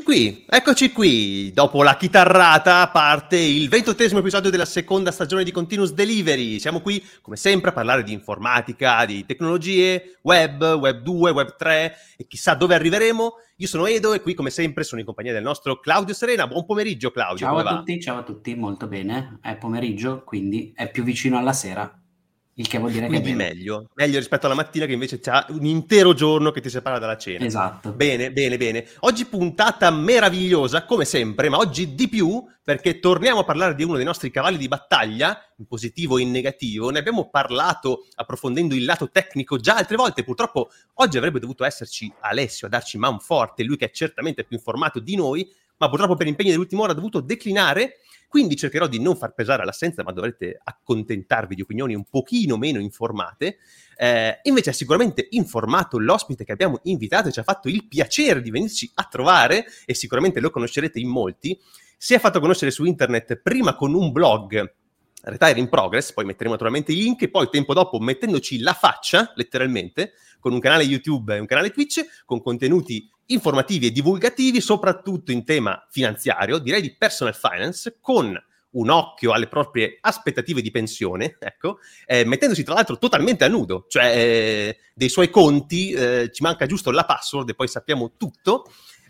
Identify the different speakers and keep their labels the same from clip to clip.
Speaker 1: Eccoci qui, dopo la chitarrata parte il 28esimo episodio della seconda stagione di Continuous Delivery. Siamo qui, come sempre, a parlare di informatica, di tecnologie, web 2, web 3 e chissà dove arriveremo. Io sono Edo e qui, come sempre, sono in compagnia del nostro Claudio Serena. Buon pomeriggio, Claudio.
Speaker 2: Ciao a tutti, molto bene. È pomeriggio, quindi è più vicino alla sera, il che vuol dire
Speaker 1: quindi
Speaker 2: che è bene.
Speaker 1: meglio rispetto alla mattina che invece c'ha un intero giorno che ti separa dalla cena.
Speaker 2: Esatto.
Speaker 1: Bene. Oggi puntata meravigliosa, come sempre, ma oggi di più, perché torniamo a parlare di uno dei nostri cavalli di battaglia, in positivo e in negativo. Ne abbiamo parlato approfondendo il lato tecnico già altre volte. Purtroppo oggi avrebbe dovuto esserci Alessio a darci man forte, lui che è certamente più informato di noi, ma purtroppo per impegni dell'ultima ora ha dovuto declinare. Quindi cercherò di non far pesare l'assenza, ma dovrete accontentarvi di opinioni un pochino meno informate. Invece è sicuramente informato l'ospite che abbiamo invitato e ci ha fatto il piacere di venirci a trovare, e sicuramente lo conoscerete in molti. Si è fatto conoscere su internet prima con un blog, Retire in Progress, poi metteremo naturalmente i link, e poi tempo dopo mettendoci la faccia, letteralmente, con un canale YouTube e un canale Twitch, con contenuti informativi e divulgativi, soprattutto in tema finanziario, direi di personal finance, con un occhio alle proprie aspettative di pensione, ecco, mettendosi tra l'altro totalmente a nudo, cioè dei suoi conti, ci manca giusto la password e poi sappiamo tutto,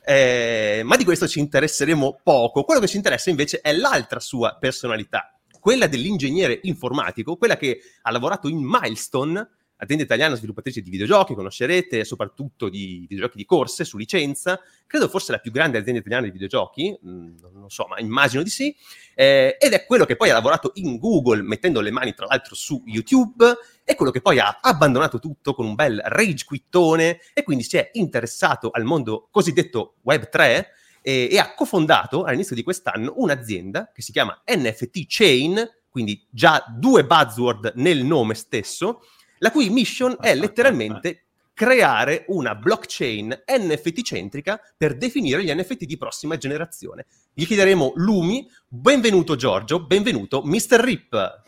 Speaker 1: ma di questo ci interesseremo poco. Quello che ci interessa invece è l'altra sua personalità, quella dell'ingegnere informatico, quella che ha lavorato in Milestone, azienda italiana sviluppatrice di videogiochi, conoscerete, soprattutto di videogiochi di corse su licenza, credo forse la più grande azienda italiana di videogiochi, non so, ma immagino di sì, ed è quello che poi ha lavorato in Google, mettendo le mani tra l'altro su YouTube, è quello che poi ha abbandonato tutto con un bel rage quittone, e quindi si è interessato al mondo cosiddetto Web 3, e ha cofondato all'inizio di quest'anno un'azienda che si chiama NFT Chain, quindi già due buzzword nel nome stesso, la cui mission è letteralmente creare una blockchain NFT centrica per definire gli NFT di prossima generazione. Gli chiederemo lumi. Benvenuto Giorgio, benvenuto Mr. Rip.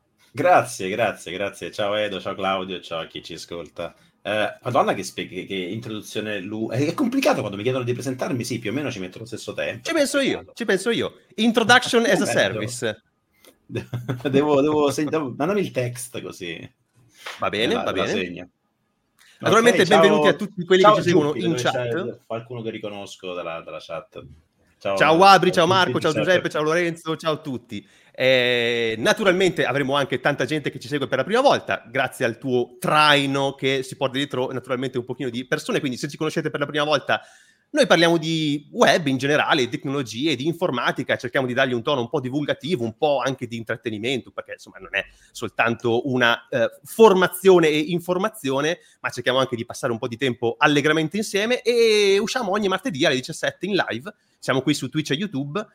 Speaker 3: Grazie. Ciao Edo, ciao Claudio, ciao a chi ci ascolta. Madonna che introduzione è complicato quando mi chiedono di presentarmi, sì, più o meno ci metto lo stesso tempo.
Speaker 1: Ci penso io. Introduction as a service.
Speaker 3: Devo mandami il text così.
Speaker 1: Va bene.
Speaker 3: Segno.
Speaker 1: Naturalmente
Speaker 3: okay,
Speaker 1: benvenuti a tutti quelli che ci seguono
Speaker 3: Giuppi,
Speaker 1: in chat.
Speaker 3: Qualcuno che riconosco dalla chat.
Speaker 1: Ciao Abri, ciao Marco, ciao Giuseppe, ciao Lorenzo, ciao a tutti. Naturalmente avremo anche tanta gente che ci segue per la prima volta, grazie al tuo traino che si porta dietro naturalmente un pochino di persone, quindi se ci conoscete per la prima volta, noi parliamo di web in generale, di tecnologie, di informatica, cerchiamo di dargli un tono un po' divulgativo, un po' anche di intrattenimento, perché insomma non è soltanto una formazione e informazione, ma cerchiamo anche di passare un po' di tempo allegramente insieme, e usciamo ogni martedì alle 17 in live. Siamo qui su Twitch e YouTube.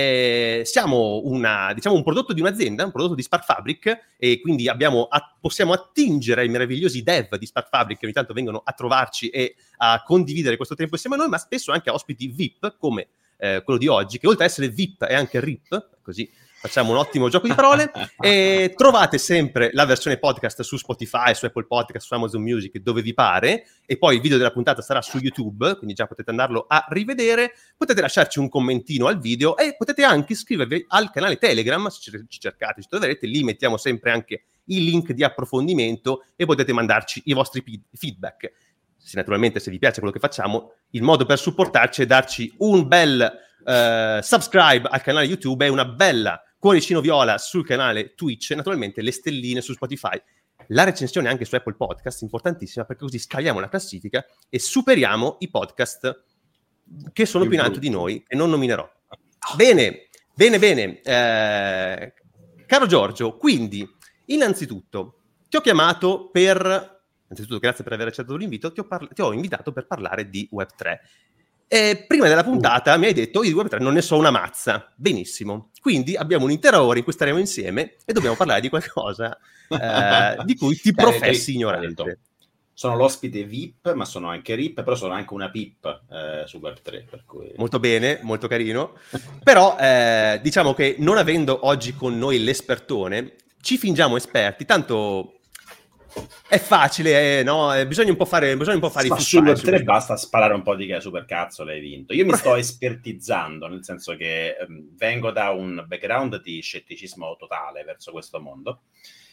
Speaker 1: Siamo un prodotto di un'azienda, un prodotto di Spark Fabric, e quindi possiamo attingere ai meravigliosi dev di Spark Fabric che ogni tanto vengono a trovarci e a condividere questo tempo insieme a noi, ma spesso anche a ospiti VIP come quello di oggi, che oltre ad essere VIP è anche RIP, così facciamo un ottimo gioco di parole. E trovate sempre la versione podcast su Spotify, su Apple Podcast, su Amazon Music, dove vi pare, e poi il video della puntata sarà su YouTube, quindi già potete andarlo a rivedere. Potete lasciarci un commentino al video e potete anche iscrivervi al canale Telegram, se ci cercate, ci troverete, lì mettiamo sempre anche i link di approfondimento e potete mandarci i vostri feedback. Naturalmente, se vi piace quello che facciamo, il modo per supportarci è darci un bel subscribe al canale YouTube e una bella cuoricino viola sul canale Twitch, e naturalmente le stelline su Spotify, la recensione anche su Apple Podcast, importantissima, perché così scaliamo la classifica e superiamo i podcast che sono più in alto di noi, e non nominerò. Bene. Caro Giorgio, quindi innanzitutto ti ho chiamato per... Innanzitutto grazie per aver accettato l'invito, ti ho invitato per parlare di Web3. E prima della puntata mi hai detto: io di Web3 non ne so una mazza. Benissimo. Quindi abbiamo un'intera ora in cui staremo insieme e dobbiamo parlare di qualcosa di cui ti professi ignorante.
Speaker 3: Sono l'ospite VIP, ma sono anche RIP, però sono anche una PIP su Web3. Per cui...
Speaker 1: Molto bene, molto carino. Però diciamo che non avendo oggi con noi l'espertone, ci fingiamo esperti, tanto... È facile, no? Bisogna un po' fare i
Speaker 3: sul Web 3 basta sparare un po' di supercazzo, l'hai vinto. Io mi sto espertizzando, nel senso che vengo da un background di scetticismo totale verso questo mondo,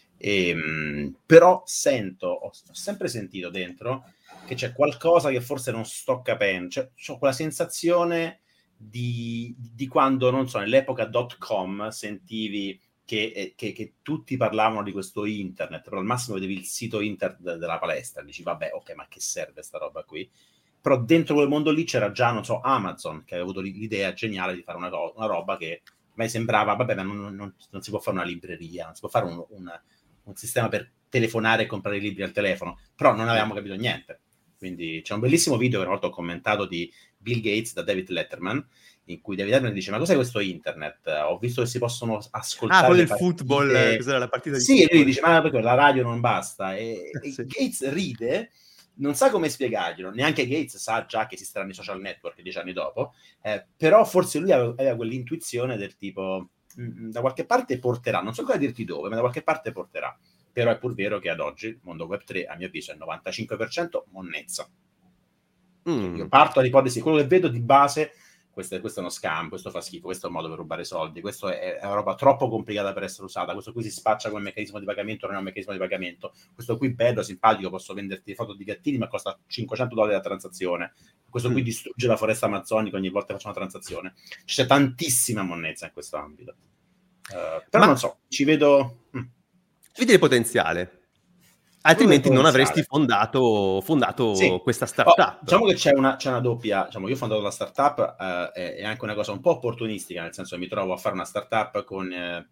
Speaker 3: però ho sempre sentito dentro che c'è qualcosa che forse non sto capendo, cioè ho quella sensazione di quando, non so, nell'epoca .com sentivi che tutti parlavano di questo internet, però al massimo vedevi il sito internet della palestra, dici vabbè, ok, ma che serve sta roba qui? Però dentro quel mondo lì c'era già, non so, Amazon, che aveva avuto l'idea geniale di fare una roba che a me sembrava, vabbè, ma non si può fare una libreria, non si può fare un sistema per telefonare e comprare i libri al telefono, però non avevamo capito niente. Quindi c'è un bellissimo video che una volta ho commentato di Bill Gates da David Letterman, in cui David Letterman dice: ma cos'è questo internet? Ho visto che si possono ascoltare
Speaker 1: quello del football, cos'era la partita di
Speaker 3: football?
Speaker 1: Lui
Speaker 3: dice: ma perché la radio non basta? E
Speaker 1: sì.
Speaker 3: Gates ride, non sa come spiegarglielo, neanche Gates sa già che esisteranno i social network 10 anni dopo, però forse lui aveva quell'intuizione del tipo da qualche parte porterà, non so cosa dirti dove, ma da qualche parte porterà. Però è pur vero che ad oggi il mondo web 3, a mio avviso, è il 95% monnezza. Io parto dall'ipotesi, quello che vedo di base, questo è uno scam, questo fa schifo, questo è un modo per rubare soldi, questo è una roba troppo complicata per essere usata, questo qui si spaccia come meccanismo di pagamento, non è un meccanismo di pagamento, questo qui bello, simpatico, posso venderti foto di gattini, ma costa $500 la transazione, questo qui distrugge la foresta amazzonica ogni volta che faccio una transazione. C'è tantissima monnezza in questo ambito. Però non so, ci vedo...
Speaker 1: Vedi il potenziale, altrimenti non avresti fondato sì. Questa startup.
Speaker 3: Diciamo che c'è una doppia, diciamo, io ho fondato la startup, è anche una cosa un po' opportunistica, nel senso che mi trovo a fare una startup con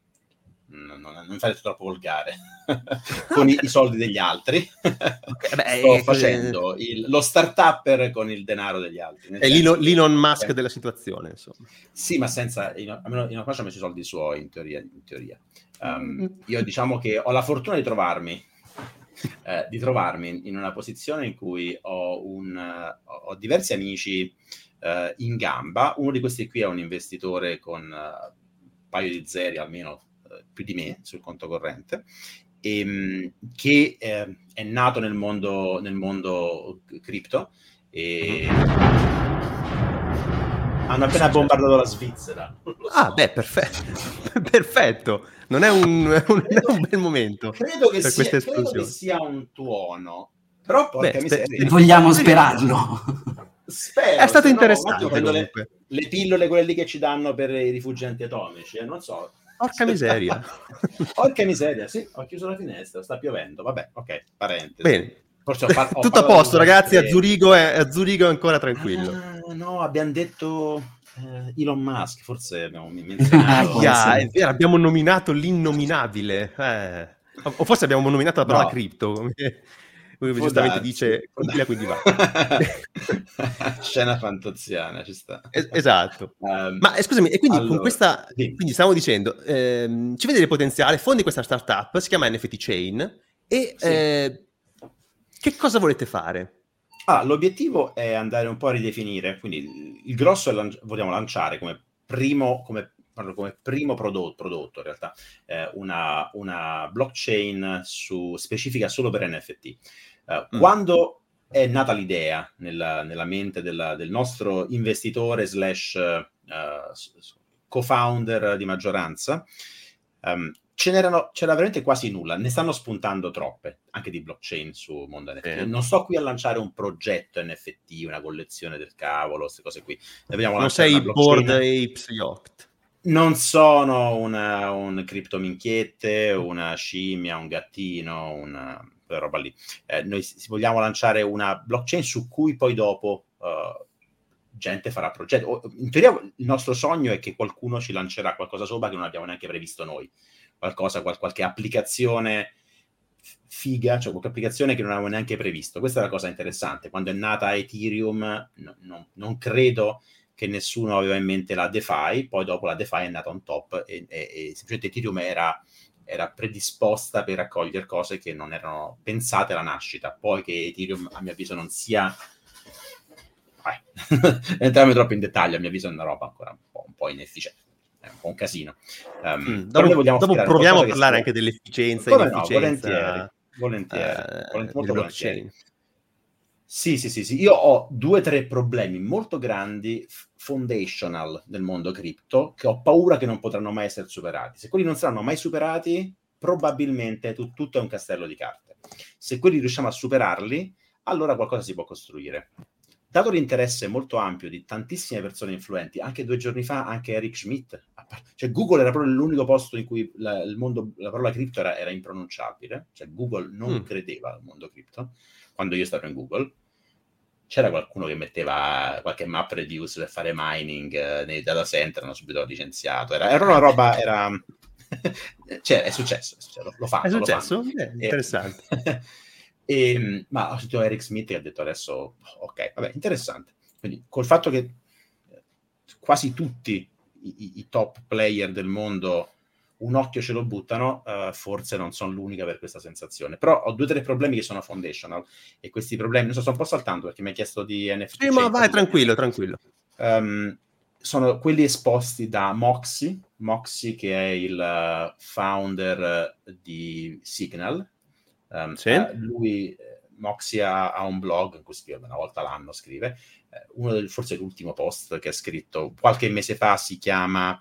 Speaker 3: non fare troppo volgare con i soldi degli altri. Sto facendo lo startupper con il denaro degli altri.
Speaker 1: È l'Elon Musk della situazione, insomma.
Speaker 3: Sì, ma senza, almeno Elon Musk ha messo i soldi suoi, in teoria. Io diciamo che ho la fortuna di trovarmi in una posizione in cui ho diversi amici in gamba. Uno di questi qui è un investitore con un paio di zeri almeno più di me sul conto corrente, che è nato nel mondo cripto e hanno appena bombardato la Svizzera.
Speaker 1: Perfetto. Non è un bel momento.
Speaker 3: Credo che sia un tuono, però porca miseria.
Speaker 2: Vogliamo sperarlo.
Speaker 3: Spero,
Speaker 1: è stato interessante.
Speaker 3: Le pillole, quelle lì che ci danno per i rifugi antiatomici, non so.
Speaker 1: Porca miseria.
Speaker 3: Porca miseria, sì, ho chiuso la finestra, sta piovendo, vabbè, ok, parentesi.
Speaker 1: Bene. Tutto a posto, ragazzi, a Zurigo è ancora tranquillo.
Speaker 3: No, abbiamo detto Elon Musk, forse abbiamo menzionato.
Speaker 1: È vero, abbiamo nominato l'innominabile. O forse abbiamo nominato la parola cripto, come giustamente dice, quindi va.
Speaker 3: Scena fantoziana, ci sta.
Speaker 1: Esatto. Ma scusami, e quindi con questa, quindi stavo dicendo, ci vede il potenziale, fondi questa startup, si chiama NFT Chain, e che cosa volete fare?
Speaker 3: L'obiettivo è andare un po' a ridefinire, quindi il grosso è vogliamo lanciare come primo prodotto in realtà una blockchain specifica solo per NFT. Quando è nata l'idea nella mente del nostro investitore / co-founder di maggioranza, c'era veramente quasi nulla, ne stanno spuntando troppe, anche di blockchain su mondo NFT. Non sto qui a lanciare un progetto NFT, una collezione del cavolo, queste cose qui.
Speaker 1: Non sei Bored Apes Yacht.
Speaker 3: Non sono un criptominchiette, una scimmia, un gattino, quella roba lì. Noi vogliamo lanciare una blockchain su cui poi dopo gente farà progetti. In teoria il nostro sogno è che qualcuno ci lancerà qualcosa sopra che non abbiamo neanche previsto noi. Qualche applicazione figa, cioè qualche applicazione che non avevo neanche previsto. Questa è la cosa interessante. Quando è nata Ethereum non credo che nessuno aveva in mente la DeFi, poi dopo la DeFi è nata on top e semplicemente Ethereum era predisposta per raccogliere cose che non erano pensate alla nascita. Poi che Ethereum, a mio avviso, non sia... entriamo troppo in dettaglio, a mio avviso è una roba ancora un po' inefficiente. È un po' un casino.
Speaker 1: Dopo proviamo a parlare anche dell'efficienza.
Speaker 3: Come no, volentieri. Volentieri.
Speaker 1: del
Speaker 3: Molto
Speaker 1: blockchain.
Speaker 3: volentieri. Sì. Io ho 2 o 3 problemi molto grandi, foundational del mondo cripto, che ho paura che non potranno mai essere superati. Se quelli non saranno mai superati, probabilmente tutto è un castello di carte. Se quelli riusciamo a superarli, allora qualcosa si può costruire. Dato l'interesse molto ampio di tantissime persone influenti, anche 2 giorni fa anche Eric Schmidt, cioè Google era proprio l'unico posto in cui la parola cripto era impronunciabile, cioè Google non credeva al mondo cripto. Quando io stavo in Google, c'era qualcuno che metteva qualche map reduce per fare mining nei data center, hanno subito licenziato. Era una roba, cioè, è successo, lo fanno.
Speaker 1: È successo? Interessante.
Speaker 3: Ma ho sentito Eric Smith che ha detto adesso, ok, vabbè, interessante. Quindi col fatto che quasi tutti i top player del mondo un occhio ce lo buttano, forse non sono l'unica per questa sensazione. Però ho 2 o 3 problemi che sono foundational, e questi problemi, non so, sto un po' saltando perché mi hai chiesto di NFT.
Speaker 1: Sì, ma vai, tranquillo.
Speaker 3: Sono quelli esposti da Moxie, che è il founder di Signal.
Speaker 1: Sì.
Speaker 3: Lui, Moxie, ha un blog in cui scrive una volta l'anno, forse l'ultimo post che ha scritto qualche mese fa si chiama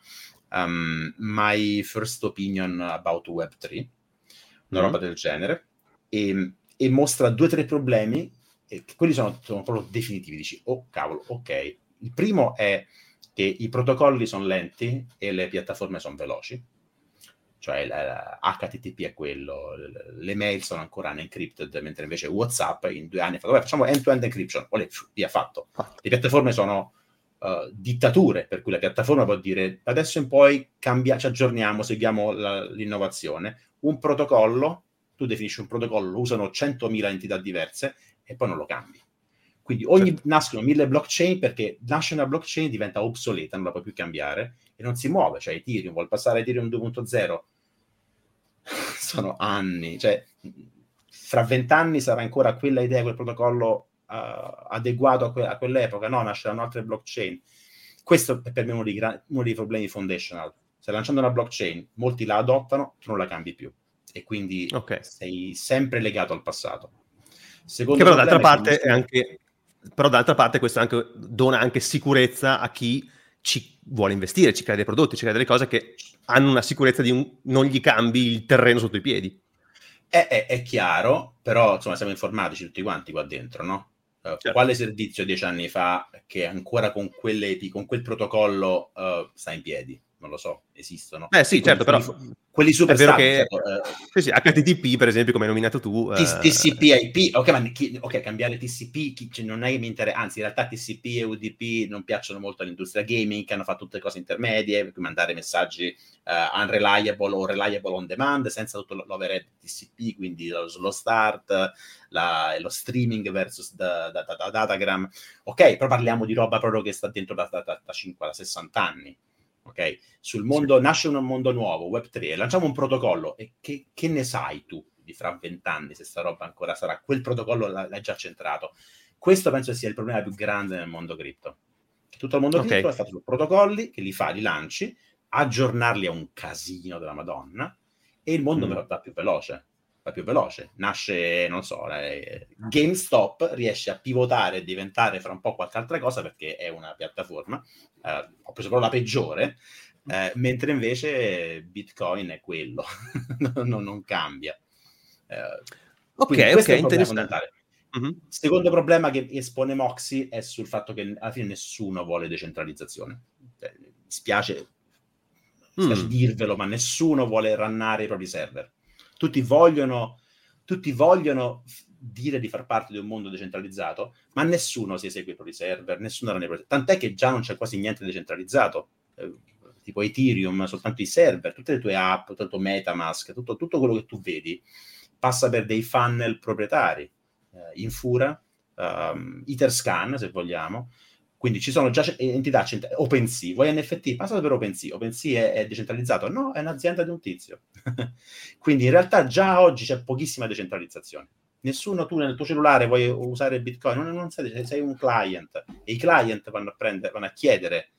Speaker 3: My First Opinion About Web3, una roba del genere, e mostra 2 o 3 problemi, e quelli sono proprio definitivi. Dici, oh cavolo, ok. Il primo è che i protocolli sono lenti e le piattaforme sono veloci, cioè HTTP è quello, le mail sono ancora unencrypted, mentre invece WhatsApp in 2 anni ha fatto, facciamo end-to-end encryption, via, fatto. Le piattaforme sono dittature, per cui la piattaforma può dire adesso in poi ci aggiorniamo, seguiamo l'innovazione. Un protocollo, tu definisci un protocollo, lo usano 100.000 entità diverse e poi non lo cambi. Quindi nascono 1000 blockchain, perché nasce una blockchain, diventa obsoleta, non la puoi più cambiare e non si muove. Cioè Ethereum vuol passare a Ethereum 2.0, sono anni, cioè fra 20 anni sarà ancora quella idea, quel protocollo adeguato a quell'epoca, no, nasceranno altre blockchain. Questo è per me uno dei problemi foundational. Stai lanciando una blockchain, molti la adottano, tu non la cambi più e quindi sei sempre legato al passato. Secondo,
Speaker 1: che però d'altra parte è anche, però d'altra parte questo anche dona anche sicurezza a chi ci vuole investire, ci crea dei prodotti, ci crea delle cose che hanno una sicurezza di non gli cambi il terreno sotto i piedi.
Speaker 3: È chiaro, però insomma siamo informatici tutti quanti qua dentro, no? Certo. Quale servizio 10 anni fa che ancora con quel protocollo sta in piedi? Non lo so, esistono.
Speaker 1: Sì, certo, però
Speaker 3: quelli super
Speaker 1: è vero
Speaker 3: che
Speaker 1: sì, HTTP per esempio, come hai nominato tu,
Speaker 3: TCP/IP, ok, cambiare TCP non è che mi interessa, anzi in realtà TCP e UDP non piacciono molto all'industria gaming, che hanno fatto tutte cose intermedie, per cui mandare messaggi unreliable o reliable on demand senza tutto l'overhead TCP, quindi lo slow start, lo streaming versus datagram. Ok, però parliamo di roba proprio che sta dentro da 50 a 60 anni. Ok, sul mondo nasce un mondo nuovo, Web3, lanciamo un protocollo, e che ne sai tu di fra 20 anni se sta roba ancora sarà quel protocollo, l'hai già centrato? Questo penso sia il problema più grande nel mondo cripto. Tutto il mondo cripto è fatto su protocolli che li lanci, aggiornarli a un casino della Madonna, e il mondo va più veloce. Nasce, non so, GameStop riesce a pivotare e diventare fra un po' qualche altra cosa perché è una piattaforma, ho preso proprio la peggiore, mentre invece Bitcoin è quello, non cambia. Questo è un problema fondamentale. Secondo problema che espone Moxie è sul fatto che alla fine nessuno vuole decentralizzazione. Mi spiace dirvelo, ma nessuno vuole runnare i propri server. Tutti vogliono dire di far parte di un mondo decentralizzato, ma nessuno si esegue i propri server, nessuno run i propri. Tant'è che già non c'è quasi niente decentralizzato, tipo Ethereum, soltanto i server, tutte le tue app, tutto il tuo MetaMask, tutto quello che tu vedi passa per dei funnel proprietari, Infura, Etherscan se vogliamo. Quindi ci sono già entità, OpenSea, vuoi NFT? Passa per OpenSea. OpenSea è decentralizzato? No, è un'azienda di un tizio. Quindi in realtà già oggi c'è pochissima decentralizzazione. Nessuno, tu nel tuo cellulare vuoi usare Bitcoin, non sei un client, e i client vanno a chiedere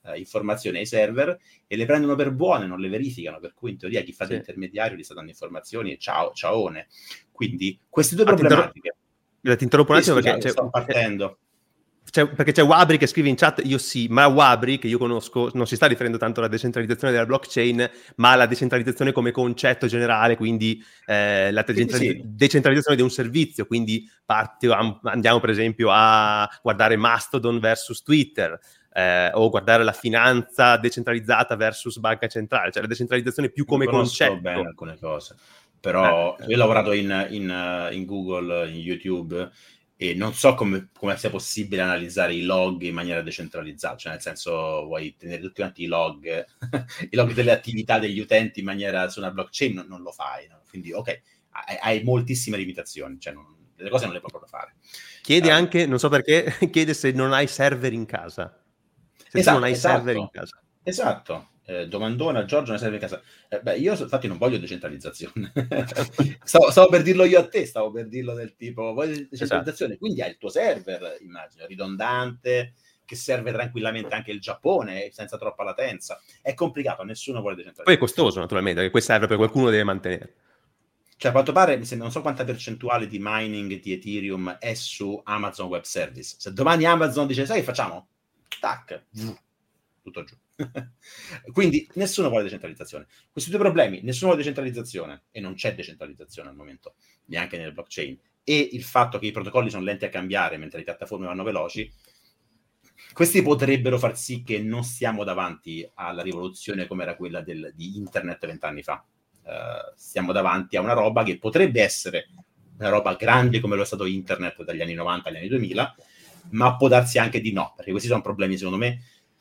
Speaker 3: informazioni ai server e le prendono per buone, non le verificano, per cui in teoria chi fa da
Speaker 1: Sì.
Speaker 3: intermediario gli sta dando informazioni e ciaone. Quindi queste due problematiche.
Speaker 1: Ti interrompo un attimo
Speaker 3: Scusa,
Speaker 1: perché
Speaker 3: sto partendo.
Speaker 1: perché c'è Wabri che scrive in chat, io sì, ma Wabri, che io conosco, non si sta riferendo tanto alla decentralizzazione della blockchain, ma alla decentralizzazione come concetto generale, quindi la decentralizzazione di un servizio, quindi andiamo per esempio a guardare Mastodon versus Twitter, o guardare la finanza decentralizzata versus banca centrale, cioè la decentralizzazione più come concetto.
Speaker 3: Conosco bene alcune cose, però io ho lavorato in Google, in YouTube, e non so come sia possibile analizzare i log in maniera decentralizzata, cioè nel senso vuoi tenere tutti quanti i log delle attività degli utenti in maniera su una blockchain, non lo fai, no? Quindi ok, hai moltissime limitazioni, cioè le cose non le puoi proprio fare.
Speaker 1: Chiede anche, non so perché, chiede se non hai server in casa. Se tu non hai server in casa.
Speaker 3: Esatto. Domandona, Giorgio, ne serve in casa. Io infatti non voglio decentralizzazione. stavo per dirlo io a te, stavo per dirlo del tipo, voglio decentralizzazione, esatto. Quindi hai il tuo server, immagino, ridondante, che serve tranquillamente anche il Giappone, senza troppa latenza. È complicato, nessuno vuole decentralizzare.
Speaker 1: Poi è costoso, naturalmente, perché quel server per qualcuno deve mantenere.
Speaker 3: Cioè, a quanto pare, mi sembra, non so quanta percentuale di mining di Ethereum è su Amazon Web Service. Se domani Amazon dice, sai che facciamo? Tac, tutto giù. Quindi nessuno vuole decentralizzazione. Questi due problemi, nessuno vuole decentralizzazione e non c'è decentralizzazione al momento, neanche nelle blockchain, e il fatto che i protocolli sono lenti a cambiare mentre le piattaforme vanno veloci, questi potrebbero far sì che non stiamo davanti alla rivoluzione come era quella di internet 20 anni fa. Stiamo davanti a una roba che potrebbe essere una roba grande come lo è stato internet dagli anni 90 agli anni 2000, ma può darsi anche di no, perché questi sono problemi, secondo me,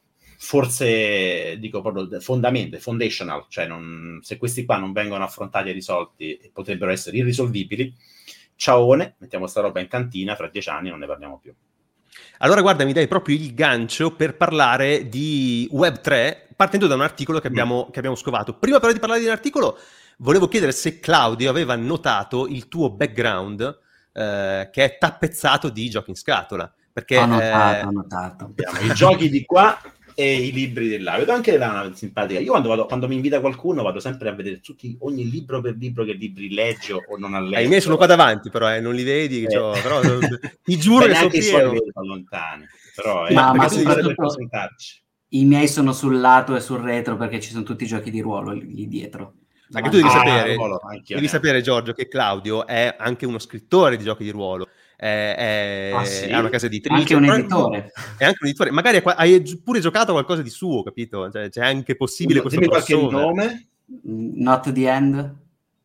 Speaker 3: forse dico proprio foundational, cioè se questi qua non vengono affrontati e risolti, potrebbero essere irrisolvibili, ciaone, mettiamo sta roba in cantina, fra 10 anni non ne parliamo più.
Speaker 1: Allora guarda, mi dai proprio il gancio per parlare di Web3, partendo da un articolo che abbiamo scovato. Prima però di parlare di un articolo, volevo chiedere se Claudio aveva notato il tuo background, che è tappezzato di giochi in scatola. Perché,
Speaker 2: ho notato.
Speaker 3: Abbiamo i giochi di qua e i libri di là. Vedo anche là una simpatica. Io quando mi invita qualcuno vado sempre a vedere ogni libro per libro che libri leggio o non ha letto.
Speaker 1: I miei sono qua davanti, però non li vedi, però ti giuro che sono pieno.
Speaker 3: Lontani. Però
Speaker 2: ma soprattutto i miei sono sul lato e sul retro perché ci sono tutti i giochi di ruolo lì dietro.
Speaker 1: Anche tu devi sapere, Giorgio, che Claudio è anche uno scrittore di giochi di ruolo. È una casa editrice,
Speaker 2: anche un editore.
Speaker 1: È anche un editore. Magari hai pure giocato qualcosa di suo, capito? Cioè, c'è anche possibile questo
Speaker 3: crossover. Dimmi qualche nome?
Speaker 2: Not the End?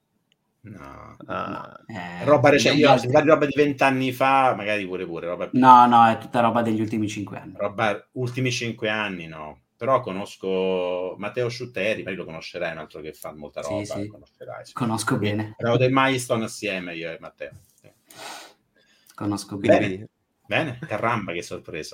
Speaker 3: No. Roba recente, roba di 20 anni fa, magari pure roba più...
Speaker 2: No, è tutta roba degli ultimi 5 anni.
Speaker 3: Roba ultimi 5 anni, no. Però conosco Matteo Sciutteri, ma lo conoscerai, un altro che fa molta roba.
Speaker 2: Sì.
Speaker 3: Conoscerai.
Speaker 2: Conosco bene.
Speaker 3: Eravamo dei milestone assieme, io e Matteo. Sì.
Speaker 2: Conosco bene.
Speaker 3: Bene, caramba, che sorpresa.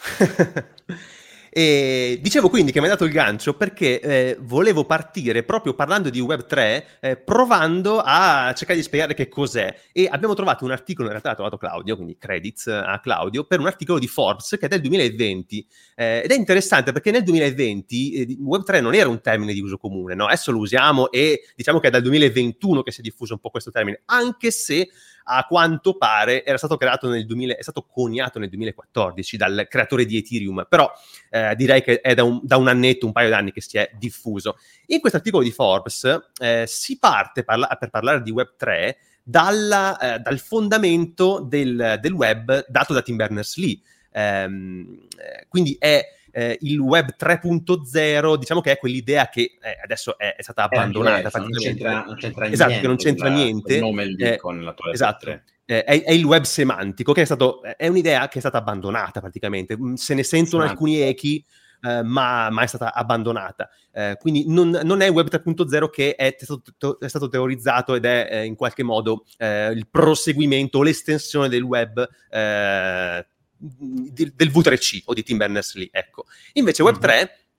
Speaker 1: E dicevo quindi che mi hai dato il gancio perché volevo partire proprio parlando di Web3, provando a cercare di spiegare che cos'è, e abbiamo trovato un articolo, in realtà l'ha trovato Claudio, quindi credits a Claudio, per un articolo di Forbes che è del 2020, ed è interessante perché nel 2020 Web3 non era un termine di uso comune, no? Adesso lo usiamo e diciamo che è dal 2021 che si è diffuso un po' questo termine, anche se a quanto pare era stato creato è stato coniato nel 2014 dal creatore di Ethereum, però direi che è da un annetto, un paio d'anni che si è diffuso. In questo articolo di Forbes si parte per parlare di Web3 dal fondamento del web dato da Tim Berners-Lee. Quindi è il web 3.0, diciamo che è quell'idea che adesso è stata abbandonata praticamente.
Speaker 3: Non c'entra
Speaker 1: esatto,
Speaker 3: niente,
Speaker 1: che non c'entra niente.
Speaker 3: Il nome lì con l'attuale
Speaker 1: esatto.
Speaker 3: 3.
Speaker 1: È il web semantico, che è un'idea che è stata abbandonata praticamente. Se ne sentono alcuni echi, ma è stata abbandonata. Quindi non è web 3.0 che è stato teorizzato ed è in qualche modo il proseguimento o l'estensione del web del V3C o di Tim Berners-Lee, ecco. Invece Web3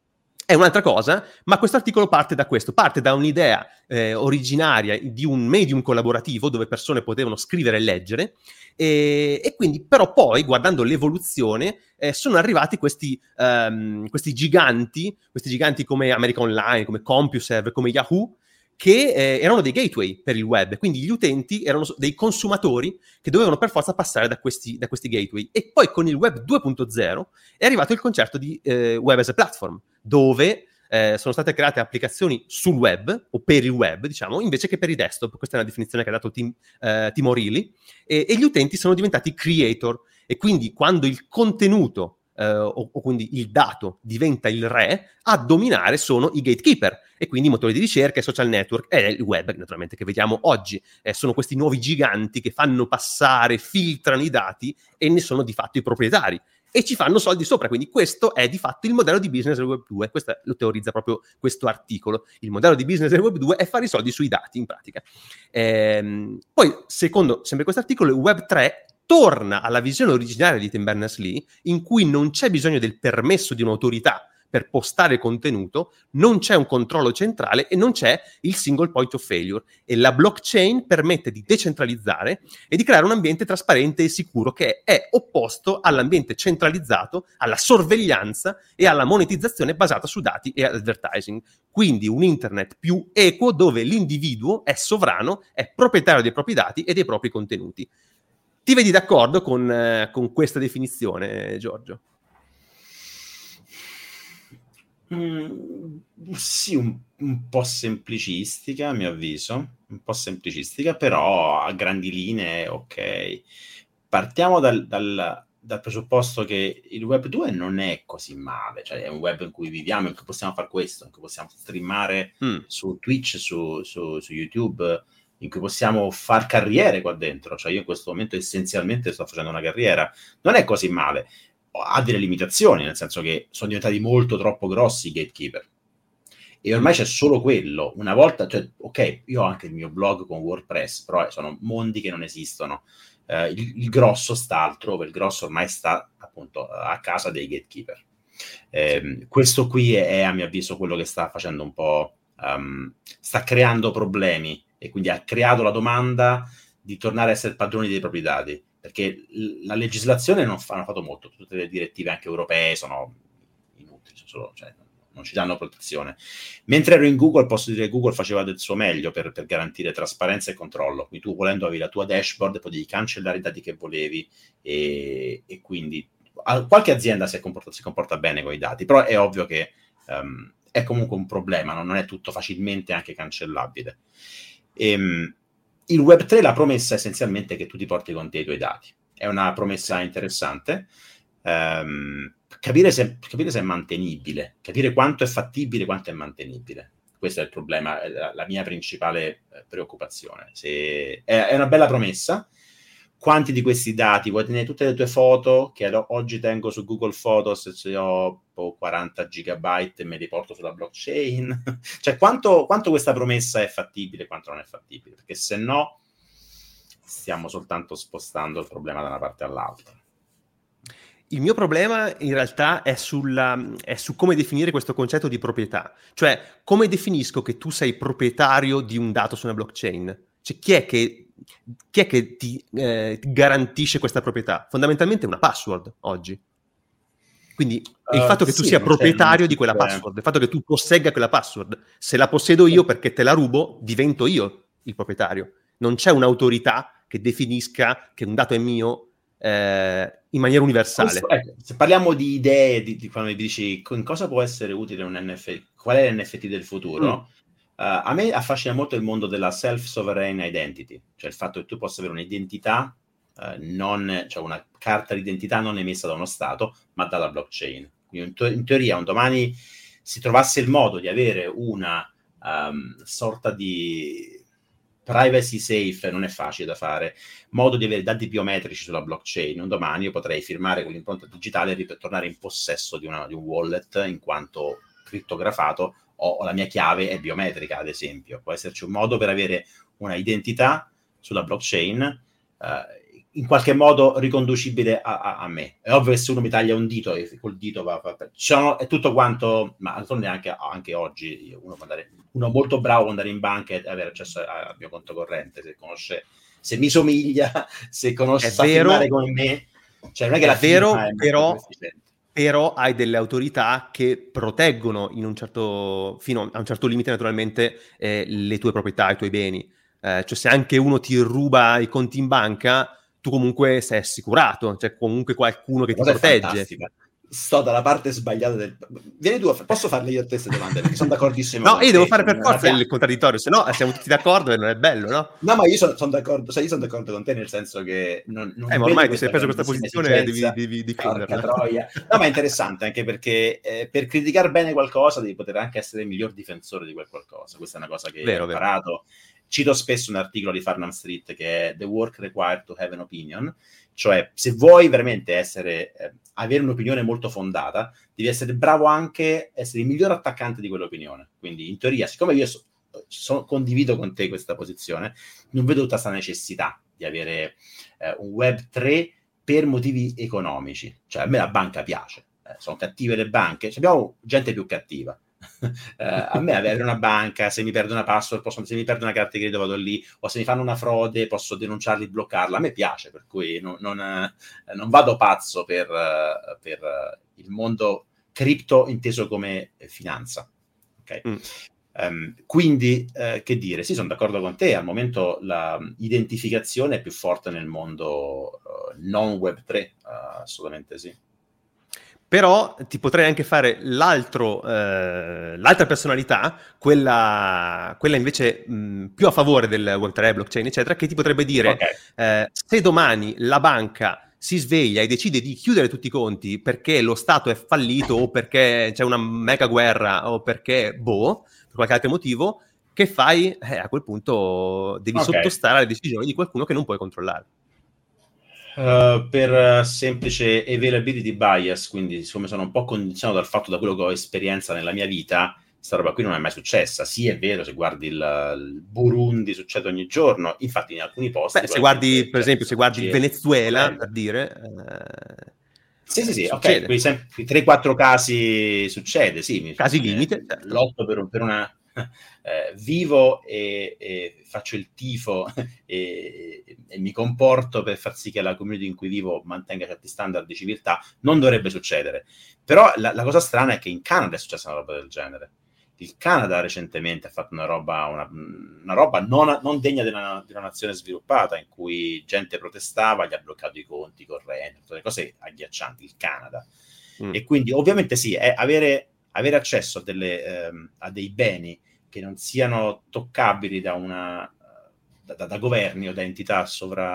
Speaker 1: è un'altra cosa, ma questo articolo parte da questo, parte da un'idea originaria di un medium collaborativo dove persone potevano scrivere e leggere, e quindi però poi, guardando l'evoluzione, sono arrivati questi giganti come America Online, come CompuServe, come Yahoo, che erano dei gateway per il web, quindi gli utenti erano dei consumatori che dovevano per forza passare da questi gateway. E poi con il web 2.0 è arrivato il concetto di web as a platform, dove sono state create applicazioni sul web, o per il web, diciamo, invece che per i desktop. Questa è una definizione che ha dato Tim O'Reilly, e gli utenti sono diventati creator, e quindi quando il contenuto o quindi il dato diventa il re, a dominare sono i gatekeeper, e quindi i motori di ricerca, i social network e il web, naturalmente, che vediamo oggi. Sono questi nuovi giganti che fanno passare, filtrano i dati e ne sono di fatto i proprietari e ci fanno soldi sopra. Quindi questo è di fatto il modello di business del Web 2. Questo lo teorizza proprio questo articolo. Il modello di business del Web 2 è fare i soldi sui dati, in pratica. Poi, secondo sempre questo articolo, il Web 3 torna alla visione originaria di Tim Berners-Lee, in cui non c'è bisogno del permesso di un'autorità per postare contenuto, non c'è un controllo centrale e non c'è il single point of failure. E la blockchain permette di decentralizzare e di creare un ambiente trasparente e sicuro, che è opposto all'ambiente centralizzato, alla sorveglianza e alla monetizzazione basata su dati e advertising. Quindi un internet più equo, dove l'individuo è sovrano, è proprietario dei propri dati e dei propri contenuti. Ti vedi d'accordo con questa definizione, Giorgio?
Speaker 3: Sì, un po' semplicistica, a mio avviso, un po' semplicistica, però a grandi linee, ok. Partiamo dal presupposto che il web 2 non è così male, cioè è un web in cui viviamo, in cui possiamo fare questo, in cui possiamo streamare su Twitch, su YouTube, in cui possiamo far carriere qua dentro. Cioè io in questo momento essenzialmente sto facendo una carriera, non è così male. Ha delle limitazioni, nel senso che sono diventati molto troppo grossi i gatekeeper e ormai c'è solo quello. Una volta, cioè, ok, io ho anche il mio blog con WordPress, però sono mondi che non esistono. Il grosso sta altrove, il grosso ormai sta appunto a casa dei gatekeeper. Questo qui è a mio avviso quello che sta facendo un po', sta creando problemi, e quindi ha creato la domanda di tornare a essere padroni dei propri dati, perché la legislazione non hanno fatto molto, tutte le direttive anche europee sono inutili, cioè, non ci danno protezione. Mentre ero in Google, posso dire che Google faceva del suo meglio per garantire trasparenza e controllo. Quindi tu, volendo, avevi la tua dashboard, potevi cancellare i dati che volevi, e quindi qualche azienda si comporta bene con i dati, però è ovvio che è comunque un problema, non è tutto facilmente anche cancellabile. Il Web 3, la promessa è essenzialmente che tu ti porti con te i tuoi dati. È una promessa interessante. Capire se è mantenibile, capire quanto è fattibile, quanto è mantenibile. Questo è il problema, è la mia principale preoccupazione. È una bella promessa. Quanti di questi dati vuoi tenere? Tutte le tue foto che oggi tengo su Google Photos, se ho 40 gigabyte e me li porto sulla blockchain? Cioè quanto questa promessa è fattibile, quanto non è fattibile, perché se no stiamo soltanto spostando il problema da una parte all'altra.
Speaker 1: Il mio problema in realtà è su come definire questo concetto di proprietà. Cioè, come definisco che tu sei proprietario di un dato su una blockchain? Cioè, chi è che ti garantisce questa proprietà? Fondamentalmente una password oggi. Quindi il fatto che tu sia proprietario di quella password, il fatto che tu possegga quella password, se la possiedo io perché te la rubo, divento io il proprietario. Non c'è un'autorità che definisca che un dato è mio in maniera universale.
Speaker 3: Se parliamo di idee, di quando mi dici in cosa può essere utile un NFT, qual è l'NFT del futuro? A me affascina molto il mondo della self-sovereign identity, cioè il fatto che tu possa avere un'identità, cioè una carta d'identità non emessa da uno Stato, ma dalla blockchain. Quindi in teoria, un domani si trovasse il modo di avere una sorta di privacy safe, non è facile da fare, modo di avere dati biometrici sulla blockchain. Un domani io potrei firmare con l'impronta digitale e tornare in possesso di un wallet in quanto crittografato, o la mia chiave è biometrica, ad esempio. Può esserci un modo per avere una identità sulla blockchain in qualche modo riconducibile a me. È ovvio che se uno mi taglia un dito e col dito è tutto quanto, ma d'altronde anche oggi uno molto bravo può andare in banca e avere accesso al mio conto corrente, se conosce, se mi somiglia, se conosce, sa firmare come me, cioè non è che la firma è
Speaker 1: vero, però hai delle autorità che proteggono fino a un certo limite naturalmente le tue proprietà, i tuoi beni. Cioè se anche uno ti ruba i conti in banca, tu comunque sei assicurato, c'è comunque qualcuno che ti protegge.
Speaker 3: Fantastica. Sto dalla parte sbagliata del... Vieni tu, posso farle io a te queste domande? Perché sono d'accordissimo.
Speaker 1: No, io devo fare per forza il contraddittorio, se no siamo tutti d'accordo e non è bello, no?
Speaker 3: No, ma io sono d'accordo, io sono d'accordo con te, nel senso che non
Speaker 1: ma ormai ti sei preso questa posizione, devi difenderla.
Speaker 3: Troia. No, ma è interessante anche perché per criticare bene qualcosa devi poter anche essere il miglior difensore di quel qualcosa. Questa è una cosa che ho imparato. Cito spesso un articolo di Farnham Street che è The Work Required to Have an Opinion, cioè se vuoi veramente avere un'opinione molto fondata, devi essere bravo anche a essere il miglior attaccante di quell'opinione. Quindi in teoria, siccome io condivido con te questa posizione, non vedo tutta questa necessità di avere un Web 3 per motivi economici. Cioè a me la banca piace, sono cattive le banche, abbiamo gente più cattiva. A me avere una banca, se mi perdo una password, se mi perdo una carta di credito vado lì, o se mi fanno una frode posso denunciarli, bloccarla, a me piace, per cui non vado pazzo per il mondo cripto inteso come finanza, ok? Quindi che dire, sì, sono d'accordo con te, al momento la identificazione è più forte nel mondo non web 3, assolutamente sì.
Speaker 1: Però ti potrei anche fare l'altra personalità, quella invece più a favore del Web3, blockchain, eccetera, che ti potrebbe dire se domani la banca si sveglia e decide di chiudere tutti i conti perché lo Stato è fallito o perché c'è una mega guerra o perché, per qualche altro motivo, che fai? A quel punto devi sottostare alle decisioni di qualcuno che non puoi controllare.
Speaker 3: Per semplice availability bias, quindi siccome sono un po' condizionato dal fatto da quello che ho esperienza nella mia vita, sta roba qui non è mai successa. Sì, è vero, se guardi il Burundi succede ogni giorno, infatti in alcuni posti...
Speaker 1: se guardi, per esempio, se guardi il Venezuela, per dire...
Speaker 3: Sì, ok, quei 3-4 casi succede, sì.
Speaker 1: Casi limite, certo.
Speaker 3: Lotto per una... vivo e faccio il tifo e mi comporto per far sì che la community in cui vivo mantenga certi standard di civiltà, non dovrebbe succedere. Però la cosa strana è che in Canada è successa una roba del genere. Il Canada recentemente ha fatto una roba non degna di una nazione sviluppata, in cui gente protestava, gli ha bloccato i conti correnti, tutte le cose agghiaccianti, il Canada. E quindi ovviamente sì, avere accesso a dei beni che non siano toccabili da governi o da entità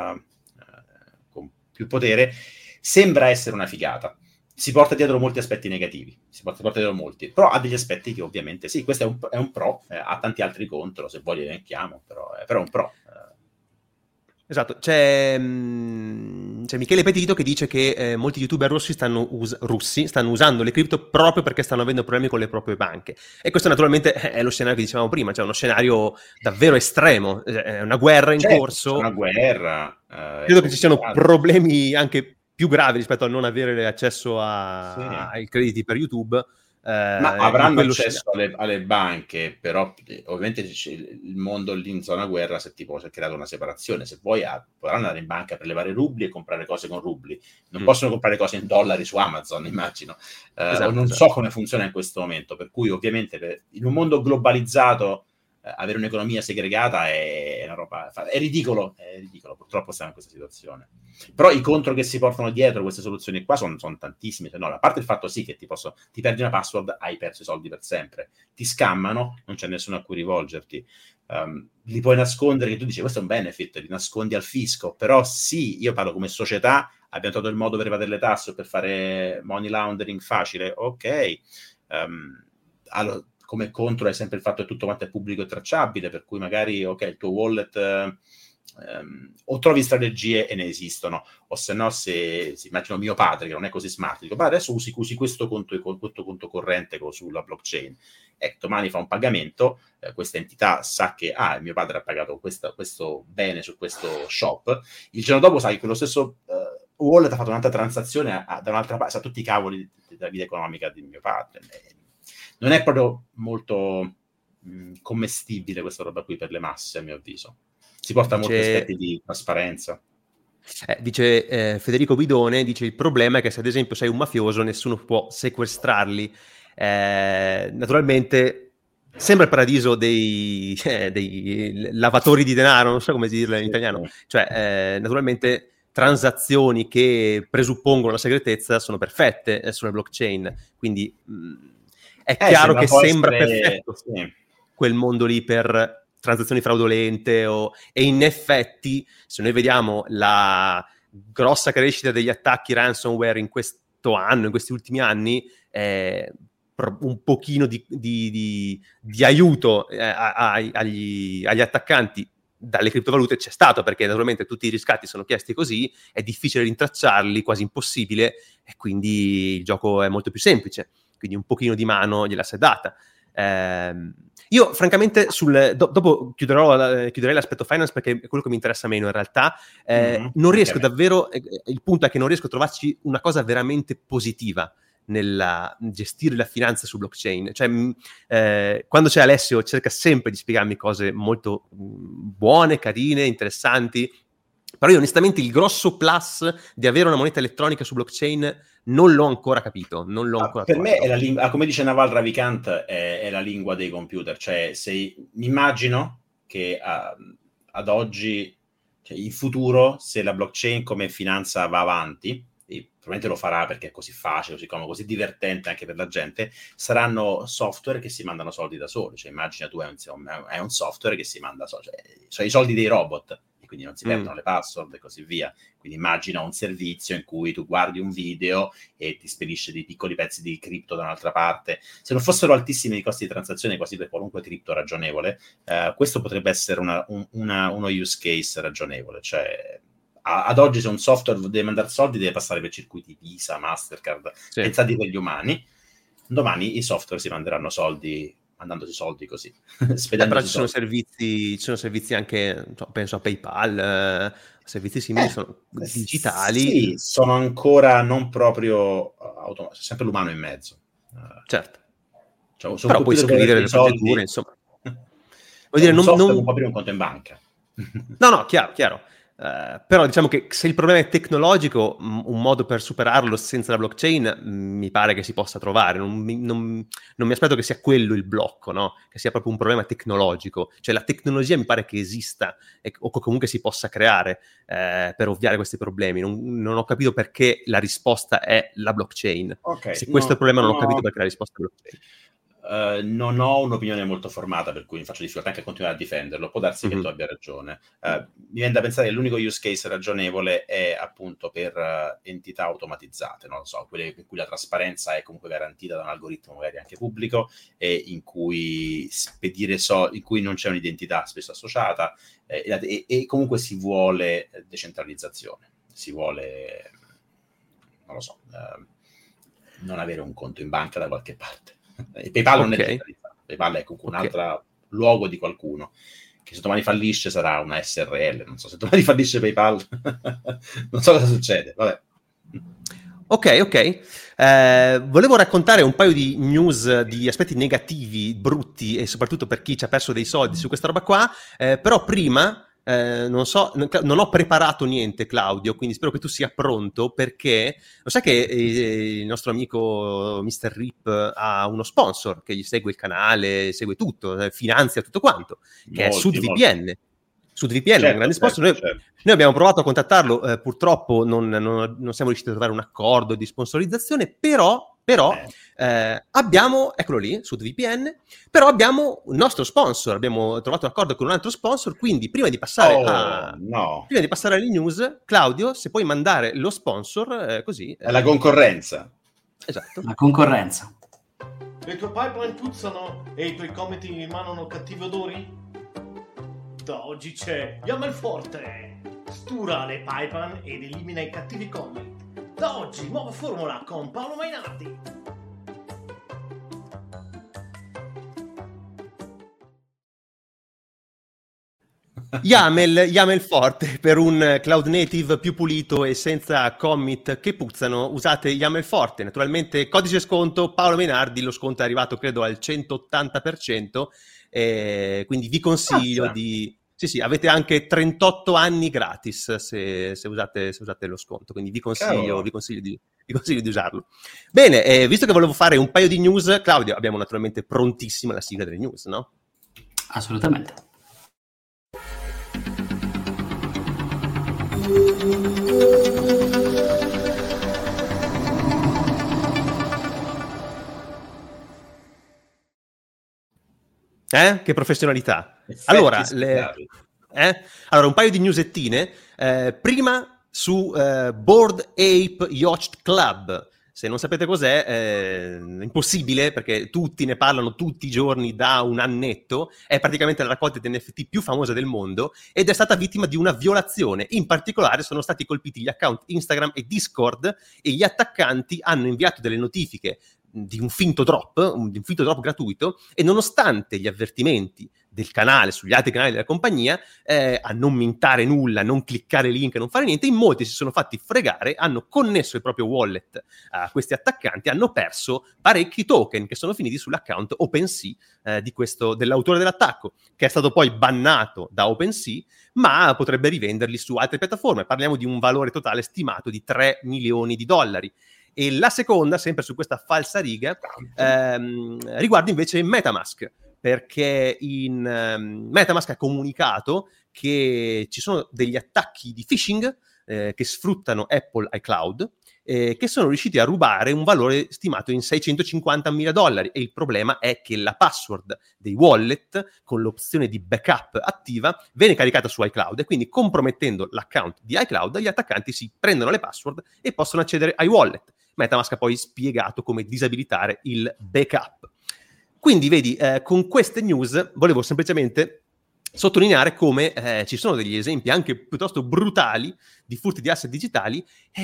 Speaker 3: con più potere, sembra essere una figata. Si porta dietro molti aspetti negativi, però ha degli aspetti che ovviamente sì, questo è un pro, ha tanti altri contro, se vuoi li elenchiamo, però è un pro.
Speaker 1: Esatto, c'è Michele Petito che dice che molti youtuber russi stanno usando le cripto proprio perché stanno avendo problemi con le proprie banche, e questo naturalmente è lo scenario che dicevamo prima, cioè uno scenario davvero estremo, è una guerra in corso,
Speaker 3: una guerra,
Speaker 1: credo che ci siano problemi anche più gravi rispetto a non avere accesso ai crediti per YouTube.
Speaker 3: Ma avranno accesso alle banche, però ovviamente il mondo lì in zona guerra si è creata una separazione. Se vuoi potranno andare in banca per levare rubli e comprare cose con rubli, non possono comprare cose in dollari su Amazon, immagino. O non so come funziona in questo momento, per cui ovviamente in un mondo globalizzato avere un'economia segregata è una roba, è ridicolo, purtroppo stiamo in questa situazione. Però i contro che si portano dietro queste soluzioni qua sono tantissimi. No, a parte il fatto sì che ti perdi una password, hai perso i soldi per sempre, ti scammano, non c'è nessuno a cui rivolgerti, li puoi nascondere, che tu dici questo è un benefit, li nascondi al fisco, però sì, io parlo come società, abbiamo trovato il modo per evadere le tasse o per fare money laundering facile, ok. Allora, come contro è sempre il fatto che tutto quanto è pubblico e tracciabile, per cui magari, ok, il tuo wallet o trovi strategie e ne esistono, o se no, se immagino mio padre che non è così smart, dico padre adesso usi questo conto corrente sulla blockchain, e domani fa un pagamento, questa entità sa che mio padre ha pagato questo bene su questo shop, il giorno dopo sai che quello stesso wallet ha fatto un'altra transazione da un'altra parte, sa tutti i cavoli della vita economica di mio padre. Non è proprio molto commestibile questa roba qui per le masse, a mio avviso. Si porta molti aspetti di trasparenza.
Speaker 1: Dice Federico Bidone, dice il problema è che se ad esempio sei un mafioso nessuno può sequestrarli. Naturalmente sembra il paradiso dei lavatori di denaro, non so come dirlo in italiano, cioè naturalmente transazioni che presuppongono la segretezza sono perfette sulle blockchain, quindi è chiaro che sembra perfetto quel mondo lì per transazioni fraudolente e in effetti se noi vediamo la grossa crescita degli attacchi ransomware in questo anno, in questi ultimi anni, un pochino di aiuto agli attaccanti dalle criptovalute c'è stato, perché naturalmente tutti i riscatti sono chiesti così, è difficile rintracciarli, quasi impossibile, e quindi il gioco è molto più semplice, quindi un pochino di mano gliela si è data. Io francamente dopo chiuderei l'aspetto finance perché è quello che mi interessa meno in realtà. Non riesco davvero, il punto è che non riesco a trovarci una cosa veramente positiva nella gestire la finanza su blockchain. Cioè, quando c'è Alessio cerca sempre di spiegarmi cose molto buone, carine, interessanti, però io onestamente il grosso plus di avere una moneta elettronica su blockchain non l'ho ancora capito, non l'ho ancora
Speaker 3: per
Speaker 1: trovato.
Speaker 3: Me è la lingua, come dice Naval Ravikant, è la lingua dei computer, cioè mi immagino che ad oggi, cioè in futuro, se la blockchain come finanza va avanti, e probabilmente lo farà perché è così facile, così comodo, così divertente anche per la gente, saranno software che si mandano soldi da soli, cioè immagina tu è un software che si manda soldi, cioè i soldi dei robot, quindi non si perdono le password e così via. Quindi immagina un servizio in cui tu guardi un video e ti spedisce dei piccoli pezzi di cripto da un'altra parte. Se non fossero altissimi i costi di transazione quasi per qualunque cripto ragionevole, questo potrebbe essere uno use case ragionevole. Cioè, ad oggi se un software deve mandare soldi deve passare per circuiti Visa, Mastercard, pensati per gli umani. Domani i software si manderanno soldi mandandosi soldi così.
Speaker 1: Però ci sono servizi anche, penso a PayPal, servizi simili sono digitali.
Speaker 3: Sì, sono ancora non proprio automatici, sempre l'umano in mezzo.
Speaker 1: Certo.
Speaker 3: Cioè,
Speaker 1: però puoi scrivere le procedure, insomma.
Speaker 3: Vuol dire, non può aprire un conto in banca.
Speaker 1: No, chiaro. Però diciamo che se il problema è tecnologico, un modo per superarlo senza la blockchain mi pare che si possa trovare. Non mi aspetto che sia quello il blocco, no? Che sia proprio un problema tecnologico. Cioè la tecnologia mi pare che esista o comunque si possa creare per ovviare questi problemi. Non ho capito perché la risposta è la blockchain. Se questo è il problema non ho capito perché la risposta è la blockchain.
Speaker 3: Non ho un'opinione molto formata, per cui mi faccio difficoltà anche a continuare a difenderlo. Può darsi che tu abbia ragione. Mi viene da pensare che l'unico use case ragionevole è appunto per entità automatizzate, non lo so, quelle in cui la trasparenza è comunque garantita da un algoritmo magari anche pubblico, e in cui spedire in cui non c'è un'identità spesso associata, e comunque si vuole decentralizzazione, si vuole, non lo so, non avere un conto in banca da qualche parte. E PayPal non è centralizzato, PayPal è comunque un altro luogo di qualcuno che se domani fallisce sarà una SRL, non so, se domani fallisce PayPal non so cosa succede, vabbè.
Speaker 1: Ok. Volevo raccontare un paio di news di aspetti negativi, brutti, e soprattutto per chi ci ha perso dei soldi su questa roba qua, però prima non ho preparato niente, Claudio, quindi spero che tu sia pronto, perché lo sai che il nostro amico Mr. Rip ha uno sponsor che gli segue il canale, segue tutto, finanzia tutto quanto, che è SudVPN. SudVPN è un grande sponsor. Noi abbiamo provato a contattarlo, purtroppo non siamo riusciti a trovare un accordo di sponsorizzazione, però abbiamo, eccolo lì, SudVPN, però abbiamo il nostro sponsor, abbiamo trovato un accordo con un altro sponsor, quindi prima di passare alle news, Claudio, se puoi mandare lo sponsor, così...
Speaker 3: È la concorrenza.
Speaker 1: Esatto.
Speaker 2: La concorrenza.
Speaker 4: Le tue pipeline puzzano e i tuoi commiti emanano cattivi odori? Da oggi c'è Yamel Forte. Stura le pipeline ed elimina i cattivi commit. Da oggi nuova formula con Paolo Mainardi.
Speaker 1: YAML Forte per un cloud native più pulito e senza commit che puzzano. Usate YAML Forte, naturalmente codice sconto Paolo Mainardi, lo sconto è arrivato credo al 180%, quindi vi consiglio di... Sì, avete anche 38 anni gratis se usate lo sconto, quindi vi consiglio di usarlo. Bene, visto che volevo fare un paio di news, Claudio, abbiamo naturalmente prontissima la sigla delle news, no?
Speaker 2: Assolutamente.
Speaker 1: Che professionalità. Allora, un paio di newsettine. Prima su Bored Ape Yacht Club. Se non sapete cos'è, è impossibile, perché tutti ne parlano tutti i giorni da un annetto. È praticamente la raccolta di NFT più famosa del mondo ed è stata vittima di una violazione. In particolare sono stati colpiti gli account Instagram e Discord e gli attaccanti hanno inviato delle notifiche di un finto drop gratuito, e nonostante gli avvertimenti del canale, sugli altri canali della compagnia, a non mintare nulla, non cliccare link, non fare niente, in molti si sono fatti fregare, hanno connesso il proprio wallet a questi attaccanti, hanno perso parecchi token che sono finiti sull'account OpenSea dell'autore dell'attacco, che è stato poi bannato da OpenSea, ma potrebbe rivenderli su altre piattaforme. Parliamo di un valore totale stimato di $3 milioni. E la seconda, sempre su questa falsariga, riguarda invece MetaMask, perché MetaMask ha comunicato che ci sono degli attacchi di phishing che sfruttano Apple iCloud, che sono riusciti a rubare un valore stimato in $650.000, e il problema è che la password dei wallet con l'opzione di backup attiva viene caricata su iCloud, e quindi compromettendo l'account di iCloud gli attaccanti si prendono le password e possono accedere ai wallet. MetaMask ha poi spiegato come disabilitare il backup. Quindi vedi, con queste news volevo semplicemente sottolineare come ci sono degli esempi anche piuttosto brutali di furti di asset digitali,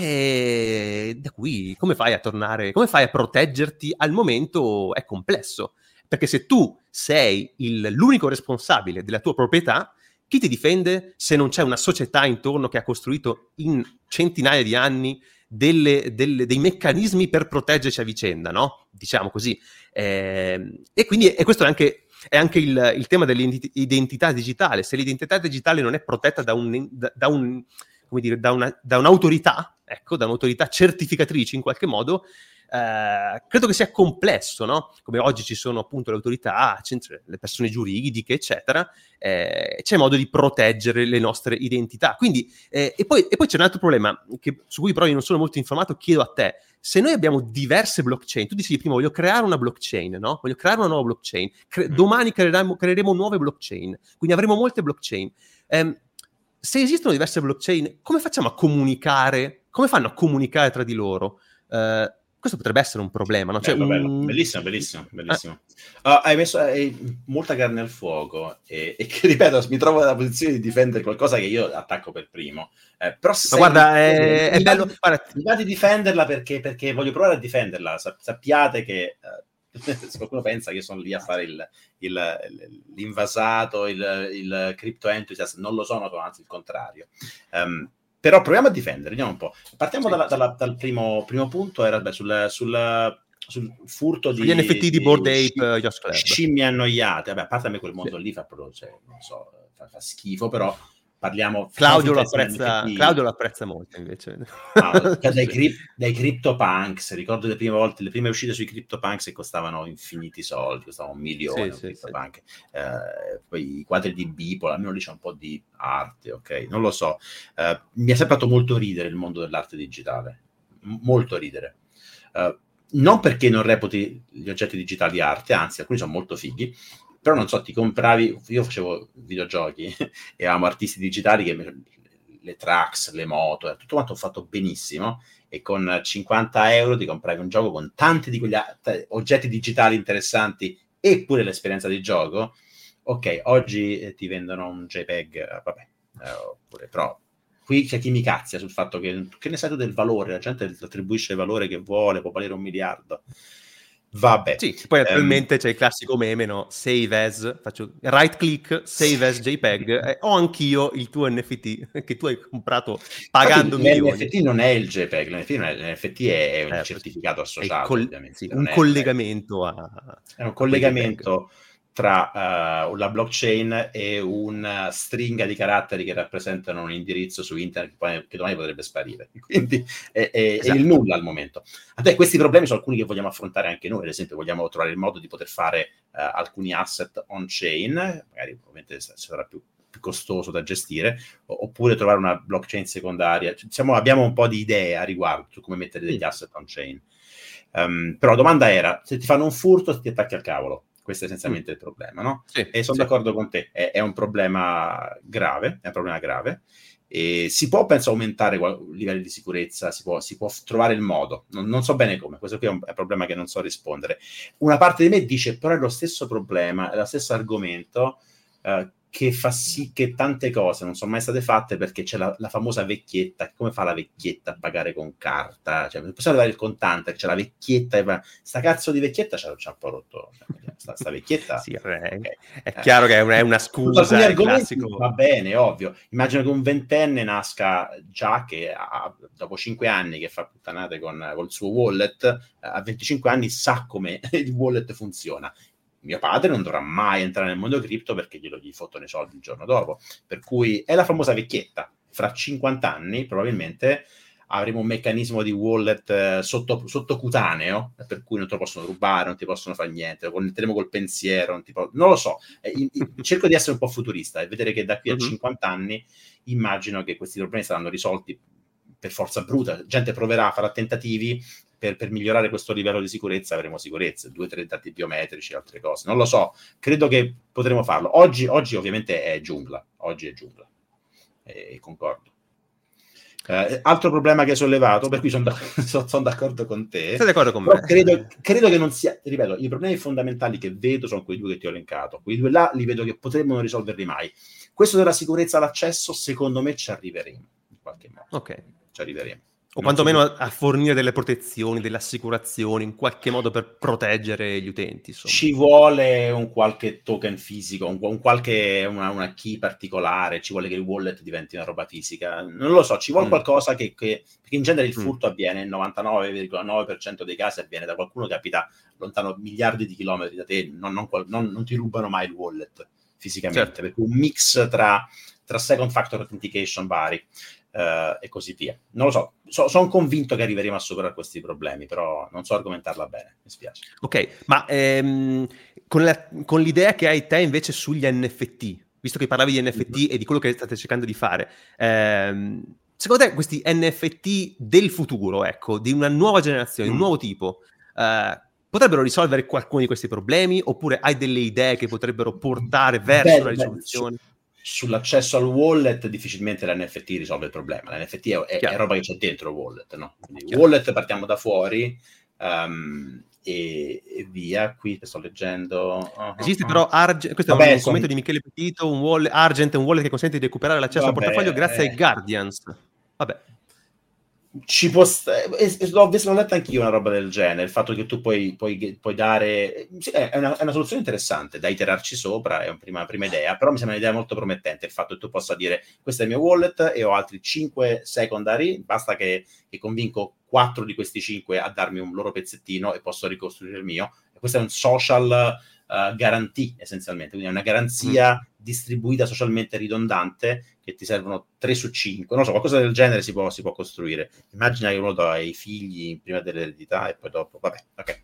Speaker 1: da cui come fai a proteggerti al momento è complesso, perché se tu sei l'unico responsabile della tua proprietà, chi ti difende se non c'è una società intorno che ha costruito in centinaia di anni dei meccanismi per proteggerci a vicenda, no? Diciamo così. E quindi questo è anche il tema dell'identità digitale. Se l'identità digitale non è protetta da un'autorità, ecco, da un'autorità certificatrice in qualche modo, credo che sia complesso, no? Come oggi ci sono appunto le autorità, le persone giuridiche, eccetera, c'è modo di proteggere le nostre identità. Quindi, e poi c'è un altro problema su cui però io non sono molto informato, chiedo a te. Se noi abbiamo diverse blockchain, tu dicevi prima voglio creare una blockchain, no? Voglio creare una nuova blockchain, domani creeremo nuove blockchain, quindi avremo molte blockchain. Se esistono diverse blockchain, come facciamo a comunicare? Come fanno a comunicare tra di loro? Questo potrebbe essere un problema, no?
Speaker 3: Bello. Bellissimo. Hai messo molta carne al fuoco e che, ripeto, mi trovo nella posizione di difendere qualcosa che io attacco per primo. Però
Speaker 1: ma guarda, è bello.
Speaker 3: Mi va di difenderla perché voglio provare a difenderla. Sappiate che se qualcuno pensa che io sono lì a fare l'invasato, il crypto enthusiast, non lo sono, anzi il contrario. Però proviamo a difendere, vediamo un po'. Partiamo dal primo punto, era sul furto
Speaker 1: gli NFT di Bored Ape Yacht Club.
Speaker 3: Scimmie annoiate. Vabbè, a parte a me quel mondo lì fa proprio, non so, fa schifo, però parliamo...
Speaker 1: Claudio lo apprezza molto, invece.
Speaker 3: Dai CryptoPunks, ricordo le prime uscite sui CryptoPunks che costavano infiniti soldi, costavano milioni. CryptoPunk. Poi i quadri di Beeple, almeno lì c'è un po' di arte, ok? Non lo so. Mi ha sempre fatto molto ridere il mondo dell'arte digitale. Molto ridere. Non perché non reputi gli oggetti digitali arte, anzi, alcuni sono molto fighi, però non so, ti compravi, io facevo videogiochi e avevamo artisti digitali che le tracks, le moto, tutto quanto ho fatto benissimo, e con 50 euro ti compravi un gioco con tanti di quegli oggetti digitali interessanti e pure l'esperienza di gioco, ok, oggi ti vendono un JPEG, vabbè, oppure però qui c'è chi mi cazzia sul fatto che ne sai tu del valore, la gente attribuisce il valore che vuole, può valere 1 miliardo. Vabbè.
Speaker 1: Sì, poi attualmente c'è il classico meme, no? Save as, faccio right click, save as JPEG, ho anch'io il tuo NFT che tu hai comprato pagando milioni.
Speaker 3: L'NFT non è il JPEG, l'NFT è un certificato associato, ovviamente.
Speaker 1: Sì, un collegamento
Speaker 3: è un collegamento tra la blockchain e una stringa di caratteri che rappresentano un indirizzo su internet che domani potrebbe sparire. Quindi è il nulla al momento. Questi problemi sono alcuni che vogliamo affrontare anche noi. Ad esempio, vogliamo trovare il modo di poter fare alcuni asset on-chain, magari ovviamente sarà più costoso da gestire, oppure trovare una blockchain secondaria. Abbiamo un po' di idee a riguardo su come mettere degli asset on-chain. Però la domanda era, se ti fanno un furto ti attacchi al cavolo. Questo è essenzialmente il problema, no?
Speaker 1: Sì,
Speaker 3: e sono d'accordo con te, è un problema grave, e si può, penso, aumentare i livelli di sicurezza, si può trovare il modo, non so bene come, questo qui è un problema che non so rispondere. Una parte di me dice, però è lo stesso problema, è lo stesso argomento che fa sì che tante cose non sono mai state fatte, perché c'è la famosa vecchietta. Come fa la vecchietta a pagare con carta? Cioè, non possiamo dare il contante, c'è la vecchietta, sta cazzo di vecchietta c'ha un po' rotto, sta vecchietta.
Speaker 1: Sì, okay. È chiaro che è una scusa.
Speaker 3: Alcuni argomenti va bene, ovvio. Immagino che un 20enne nasca già che dopo 5 anni che fa puttanate col suo wallet, a 25 anni sa come il wallet funziona. Mio padre non dovrà mai entrare nel mondo cripto perché gli fottono i soldi il giorno dopo. Per cui è la famosa vecchietta. Fra 50 anni probabilmente avremo un meccanismo di wallet sottocutaneo, per cui non te lo possono rubare, non ti possono fare niente, lo connetteremo col pensiero, non lo so. Cerco di essere un po' futurista e vedere che da qui a 50 anni immagino che questi problemi saranno risolti per forza bruta. Gente proverà, farà tentativi per migliorare questo livello di sicurezza. Avremo sicurezza, 2-3 dati biometrici, altre cose, non lo so, credo che potremo farlo. Oggi ovviamente è giungla, e concordo. Altro problema che hai sollevato, per cui sono d'accordo con te.
Speaker 1: Sei d'accordo con me?
Speaker 3: Credo che non sia, ripeto, i problemi fondamentali che vedo sono quei due che ti ho elencato, quei due là li vedo che potremmo non risolverli mai. Questo della sicurezza all'accesso, secondo me ci arriveremo in qualche modo.
Speaker 1: Ok,
Speaker 3: ci arriveremo.
Speaker 1: O quantomeno a fornire delle protezioni, delle assicurazioni, in qualche modo per proteggere gli utenti. Insomma.
Speaker 3: Ci vuole un qualche token fisico, una key particolare, ci vuole che il wallet diventi una roba fisica. Non lo so, ci vuole qualcosa perché in genere il furto avviene, il 99,9% dei casi avviene da qualcuno che abita lontano miliardi di chilometri da te, non ti rubano mai il wallet fisicamente, certo. Perché un mix tra second factor authentication vari e così via. Non lo so, sono convinto che arriveremo a superare questi problemi, però non so argomentarla bene, mi spiace.
Speaker 1: Ok, ma con l'idea che hai te invece sugli NFT, visto che parlavi di NFT e di quello che state cercando di fare, secondo te questi NFT del futuro, ecco, di una nuova generazione, un nuovo tipo, potrebbero risolvere qualcuno di questi problemi, oppure hai delle idee che potrebbero portare verso una risoluzione?
Speaker 3: Sull'accesso al wallet difficilmente l'NFT risolve il problema. L'NFT è roba che c'è dentro il wallet, no? Quindi il wallet partiamo da fuori e via. Qui sto leggendo.
Speaker 1: Esiste però questo è un commento di Michele Petito, Argent è un wallet che consente di recuperare l'accesso al portafoglio grazie ai Guardians. Vabbè.
Speaker 3: Ci può l'ho letta anch'io una roba del genere, il fatto che tu puoi dare è una soluzione interessante da iterarci sopra, è una prima idea, però mi sembra un'idea molto promettente il fatto che tu possa dire questo è il mio wallet e ho altri 5 secondary, basta che convinco 4 di questi 5 a darmi un loro pezzettino e posso ricostruire il mio. E questo è un social guarantee essenzialmente, quindi è una garanzia distribuita socialmente ridondante che ti servono 3 su 5, non so, qualcosa del genere si può costruire. Immagina che uno dà ai figli prima dell'eredità e poi dopo, vabbè, ok.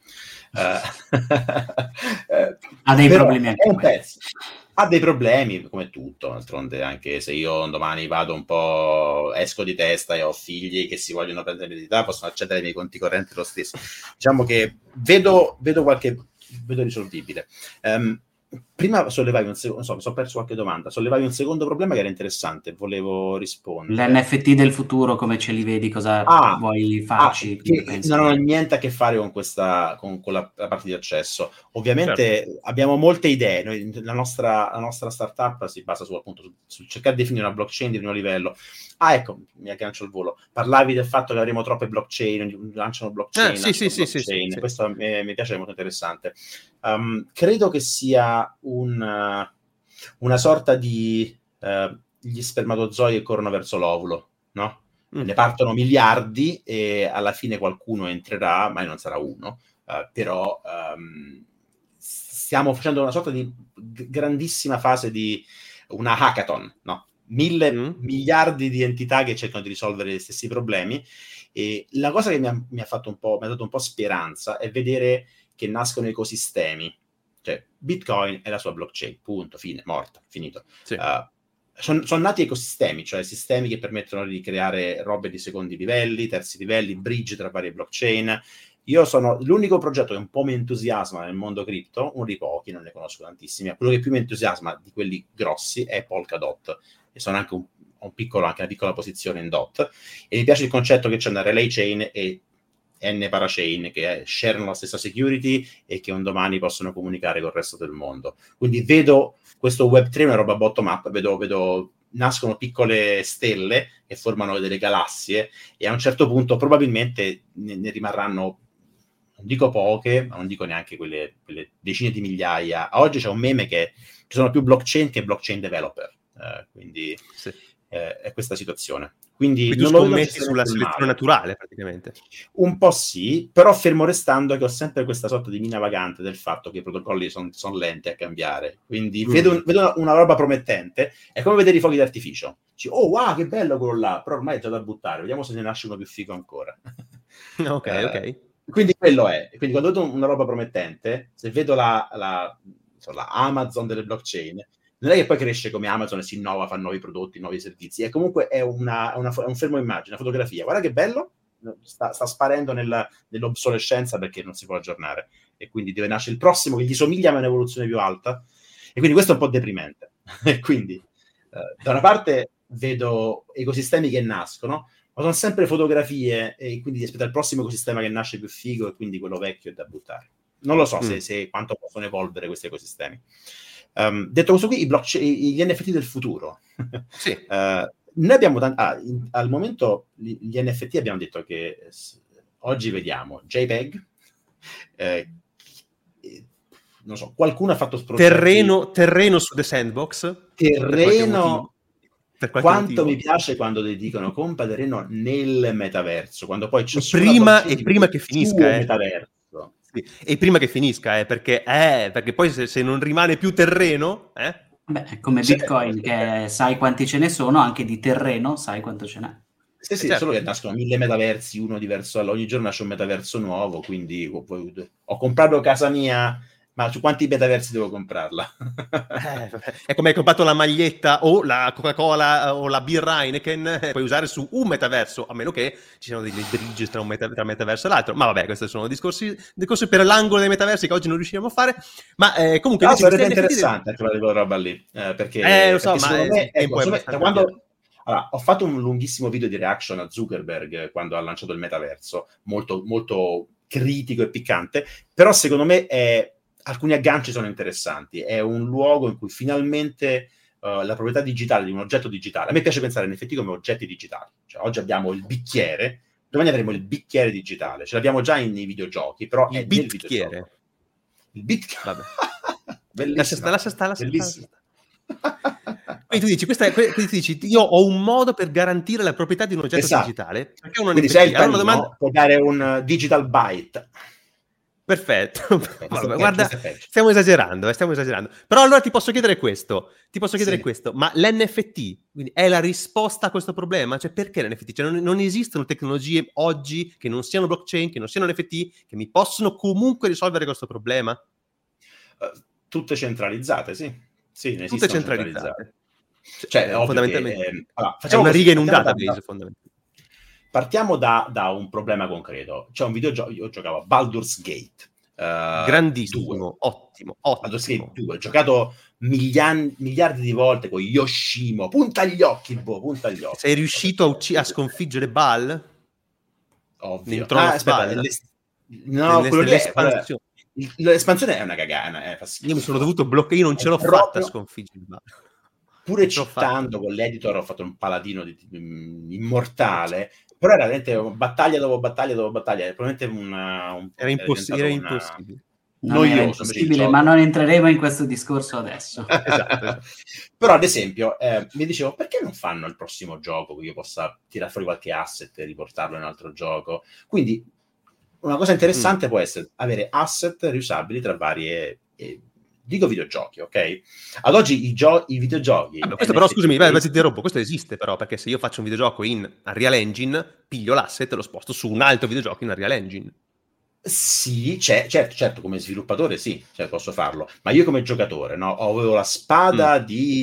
Speaker 2: Ha dei problemi anche
Speaker 3: un pezzo. Ha dei problemi come tutto, d'altronde, anche se io domani vado un po', esco di testa e ho figli che si vogliono prendere l'eredità, possono accedere ai miei conti correnti lo stesso. Diciamo che vedo risolvibile. prima sollevavi un secondo, non so, mi sono perso qualche domanda, sollevavi un secondo problema che era interessante, volevo rispondere.
Speaker 2: L'NFT del futuro, come ce li vedi, cosa vuoi farci?
Speaker 3: Che non ha niente a che fare con questa, con la parte di accesso. Ovviamente abbiamo molte idee, noi, la nostra startup si basa appunto sul cercare di definire una blockchain di primo livello. Ecco, mi aggancio al volo. Parlavi del fatto che avremo troppe blockchain, lanciano blockchain,
Speaker 1: sì.
Speaker 3: Questo mi piace, è molto interessante. Credo che sia una sorta di gli spermatozoi che corrono verso l'ovulo, no? Ne partono miliardi e alla fine qualcuno entrerà, ma non sarà uno, però stiamo facendo una sorta di grandissima fase di una hackathon, no? 1000 miliardi di entità che cercano di risolvere gli stessi problemi, e la cosa che mi ha dato un po' speranza è vedere che nascono ecosistemi, cioè Bitcoin è la sua blockchain, punto, fine, morta, finito.
Speaker 1: Sì.
Speaker 3: Sono nati ecosistemi, cioè sistemi che permettono di creare robe di secondi livelli, terzi livelli, bridge tra varie blockchain. Io sono l'unico progetto che un po' mi entusiasma nel mondo cripto, uno dei pochi, non ne conosco tantissimi, quello che più mi entusiasma di quelli grossi è Polkadot, e sono anche anche una piccola posizione in DOT, e mi piace il concetto che c'è una relay chain e n parachain che shareano la stessa security e che un domani possono comunicare col resto del mondo. Quindi vedo questo Web3 una roba bottom up, vedo nascono piccole stelle che formano delle galassie, e a un certo punto probabilmente ne rimarranno, non dico poche, ma non dico neanche quelle decine di migliaia. Oggi c'è un meme che ci sono più blockchain che blockchain developer, quindi è questa situazione. Quindi
Speaker 1: tu scommetti sulla selezione naturale, praticamente.
Speaker 3: Un po' sì, però fermo restando che ho sempre questa sorta di mina vagante del fatto che i protocolli sono lenti a cambiare. Quindi vedo una roba promettente, è come vedere i fuochi d'artificio. Oh, wow, che bello quello là, però ormai è già da buttare, vediamo se ne nasce uno più figo ancora.
Speaker 1: Ok.
Speaker 3: Quindi quello è. Quindi quando vedo una roba promettente, se vedo la Amazon delle blockchain, non è che poi cresce come Amazon e si innova, fa nuovi prodotti, nuovi servizi, è comunque è un fermo immagine, una fotografia. Guarda che bello, sta sparendo nell'obsolescenza perché non si può aggiornare, e quindi deve nascere il prossimo che gli somiglia ma è un'evoluzione più alta, e quindi questo è un po' deprimente. E quindi da una parte vedo ecosistemi che nascono, ma sono sempre fotografie, e quindi aspetta il prossimo ecosistema che nasce più figo, e quindi quello vecchio è da buttare. Non lo so se quanto possono evolvere questi ecosistemi. Detto questo qui, gli NFT del futuro.
Speaker 1: Sì.
Speaker 3: Noi abbiamo al momento gli NFT abbiamo detto che oggi vediamo JPEG, non so, qualcuno ha fatto
Speaker 1: terreno su The Sandbox,
Speaker 3: terreno. Quanto
Speaker 1: motivo.
Speaker 3: Mi piace quando dicono compra terreno nel metaverso, quando poi c'è
Speaker 1: prima che finisca
Speaker 3: metaverso.
Speaker 1: Sì. E prima che finisca, perché poi se non rimane più terreno,
Speaker 2: Beh, è come Bitcoin, che sai quanti ce ne sono, anche di terreno sai quanto ce n'è.
Speaker 3: Sì, certo. Solo che nascono 1000 metaversi, uno diverso, ogni giorno nasce un metaverso nuovo, quindi ho comprato casa mia, ma su quanti metaversi devo comprarla?
Speaker 1: È come hai comprato la maglietta o la Coca-Cola o la birra Heineken, puoi usare su un metaverso, a meno che ci siano dei bridges tra un metaverso e l'altro. Ma vabbè, questi sono discorsi per l'angolo dei metaversi che oggi non riusciamo a fare. Ma comunque
Speaker 3: sarebbe interessante anche quella roba lì, perché
Speaker 1: lo so,
Speaker 3: perché ma quando ho fatto un lunghissimo video di reaction a Zuckerberg quando ha lanciato il metaverso, molto molto critico e piccante, però secondo me alcuni agganci sono interessanti. È un luogo in cui finalmente la proprietà digitale di un oggetto digitale, a me piace pensare in effetti come oggetti digitali, cioè oggi abbiamo il bicchiere, domani avremo il bicchiere digitale, ce l'abbiamo già nei videogiochi, però è nel videogioco. Il bicchiere.
Speaker 1: Vabbè.
Speaker 3: Bellissimo.
Speaker 1: Lascia stare. Quindi tu dici io ho un modo per garantire la proprietà di un oggetto digitale, perché
Speaker 3: quindi sei il panino, domanda... puoi dare un digital byte.
Speaker 1: Perfetto. Guarda, stiamo esagerando. Però allora ti posso chiedere questo. Ma l'NFT quindi è la risposta a questo problema? Cioè, perché l'NFT? Cioè, non esistono tecnologie oggi che non siano blockchain, che non siano NFT, che mi possono comunque risolvere questo problema?
Speaker 3: Tutte centralizzate, sì.
Speaker 1: Tutte centralizzate.
Speaker 3: Cioè,
Speaker 1: fondamentalmente è una riga in un database, fondamentalmente.
Speaker 3: Partiamo da un problema concreto. C'è un videogioco, io giocavo a Baldur's Gate.
Speaker 1: Grandissimo,
Speaker 3: 2.
Speaker 1: ottimo.
Speaker 3: Baldur's Gate 2, ho giocato miliardi di volte con Yoshimo, punta agli occhi.
Speaker 1: Sei riuscito a sconfiggere Baal?
Speaker 3: Ovvio.
Speaker 1: Aspetta,
Speaker 3: no, quello lì l'espansione è una cagana.
Speaker 1: Io mi sono dovuto bloccare, io non ce l'ho fatta a sconfiggere Baal.
Speaker 3: Pure citando con l'editor ho fatto un paladino immortale, però era veramente battaglia dopo battaglia, probabilmente
Speaker 1: era impossibile.
Speaker 3: Noioso,
Speaker 2: ma non entreremo in questo discorso adesso.
Speaker 1: Esatto.
Speaker 3: Però ad esempio mi dicevo, perché non fanno il prossimo gioco che io possa tirare fuori qualche asset e riportarlo in un altro gioco? Quindi una cosa interessante può essere avere asset riusabili tra varie dico videogiochi, ok? Ad oggi i videogiochi
Speaker 1: questo però, scusami, ti interrompo, questo esiste però, perché se io faccio un videogioco in Unreal Engine, piglio l'asset e lo sposto su un altro videogioco in Unreal Engine.
Speaker 3: Sì, certo, come sviluppatore sì, posso farlo, ma io come giocatore, no, avevo la spada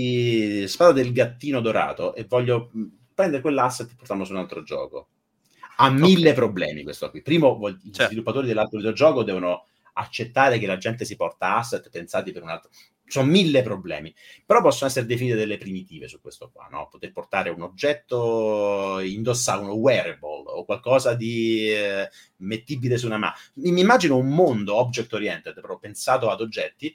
Speaker 3: del gattino dorato e voglio prendere quell'asset e portarlo su un altro gioco. Ha mille problemi questo qui. Primo, gli sviluppatori dell'altro videogioco devono accettare che la gente si porta asset pensati per un altro. Sono mille problemi, però possono essere definite delle primitive su questo qua, no? Poter portare un oggetto, indossare uno wearable o qualcosa di mettibile su una mano. Mi immagino un mondo object oriented, però pensato ad oggetti,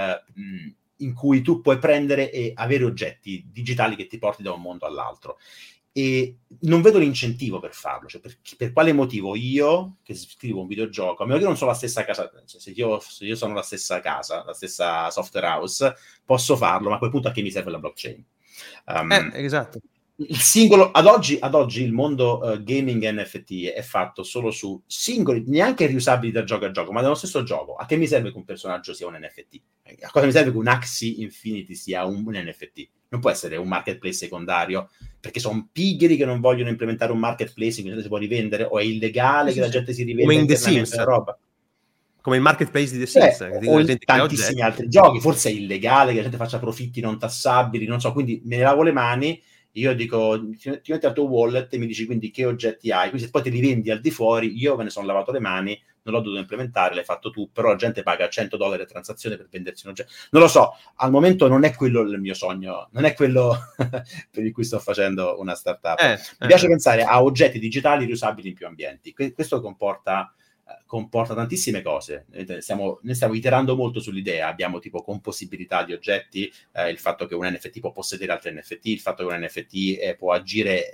Speaker 3: in cui tu puoi prendere e avere oggetti digitali che ti porti da un mondo all'altro. E non vedo l'incentivo per farlo, cioè per quale motivo io che scrivo un videogioco, a meno che non sono la stessa casa, cioè se io sono la stessa casa, la stessa software house, posso farlo, ma a quel punto a che mi serve la blockchain?
Speaker 1: Esatto.
Speaker 3: Il singolo, ad oggi il mondo gaming NFT è fatto solo su singoli, neanche riusabili da gioco a gioco, ma nello stesso gioco. A che mi serve che un personaggio sia un NFT? A cosa mi serve che un Axie Infinity sia un NFT? Non può essere un marketplace secondario, perché sono pigri che non vogliono implementare un marketplace in cui si può rivendere, o è illegale che la gente si rivenda internamente la roba.
Speaker 1: Come il marketplace di The Sims,
Speaker 3: o in tantissimi altri giochi. Forse è illegale che la gente faccia profitti non tassabili, non so, quindi me ne lavo le mani. Io dico, ti metti al tuo wallet e mi dici quindi che oggetti hai, quindi se poi te li vendi al di fuori, io me ne sono lavato le mani, non l'ho dovuto implementare, l'hai fatto tu, però la gente paga $100 a transazione per vendersi un oggetto. Non lo so, al momento non è quello il mio sogno, non è quello per il cui sto facendo una startup. Mi piace pensare a oggetti digitali riusabili in più ambienti. Questo comporta tantissime cose. Noi stiamo iterando molto sull'idea, abbiamo tipo composibilità di oggetti, il fatto che un NFT può possedere altri NFT, il fatto che un NFT può agire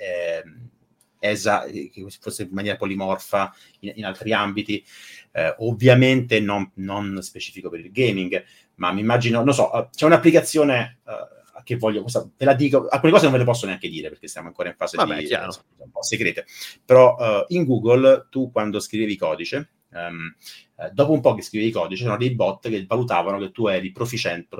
Speaker 3: che fosse in maniera polimorfa in altri ambiti, ovviamente non specifico per il gaming, ma mi immagino, non so, c'è un'applicazione che voglio, ve la dico, alcune cose non ve le posso neanche dire perché siamo ancora in fase un po' segrete, però in Google tu quando scrivevi codice, dopo un po' che scrivevi codice c'erano dei bot che valutavano che tu eri proficiente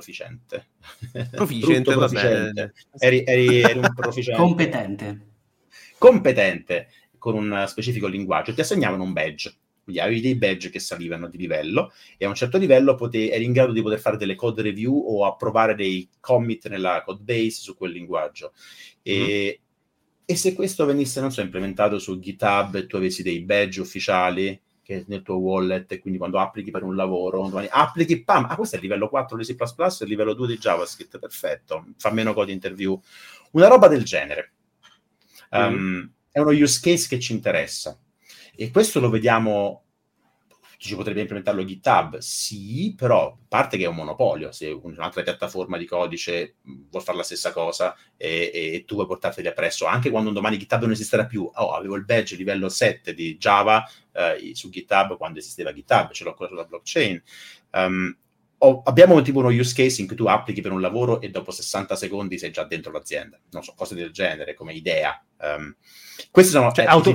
Speaker 3: eri un proficiente competente con un specifico linguaggio, ti assegnavano un badge. Quindi avevi dei badge che salivano di livello e a un certo livello eri in grado di poter fare delle code review o approvare dei commit nella code base su quel linguaggio. E se questo venisse, non so, implementato su GitHub e tu avessi dei badge ufficiali che nel tuo wallet, e quindi quando applichi per un lavoro, applichi, pam, questo è il livello 4 di C++, il livello 2 di JavaScript, perfetto, fa meno code interview. Una roba del genere. È uno use case che ci interessa. E questo lo vediamo, ci potrebbe implementarlo GitHub, sì, però a parte che è un monopolio, se un'altra piattaforma di codice vuol fare la stessa cosa e tu vuoi portarteli appresso, anche quando un domani GitHub non esisterà più, avevo il badge livello 7 di Java su GitHub quando esisteva GitHub, ce l'ho ancora sulla blockchain. Abbiamo tipo uno use case in cui tu applichi per un lavoro e dopo 60 secondi sei già dentro l'azienda, non so, cose del genere come idea. Questi sono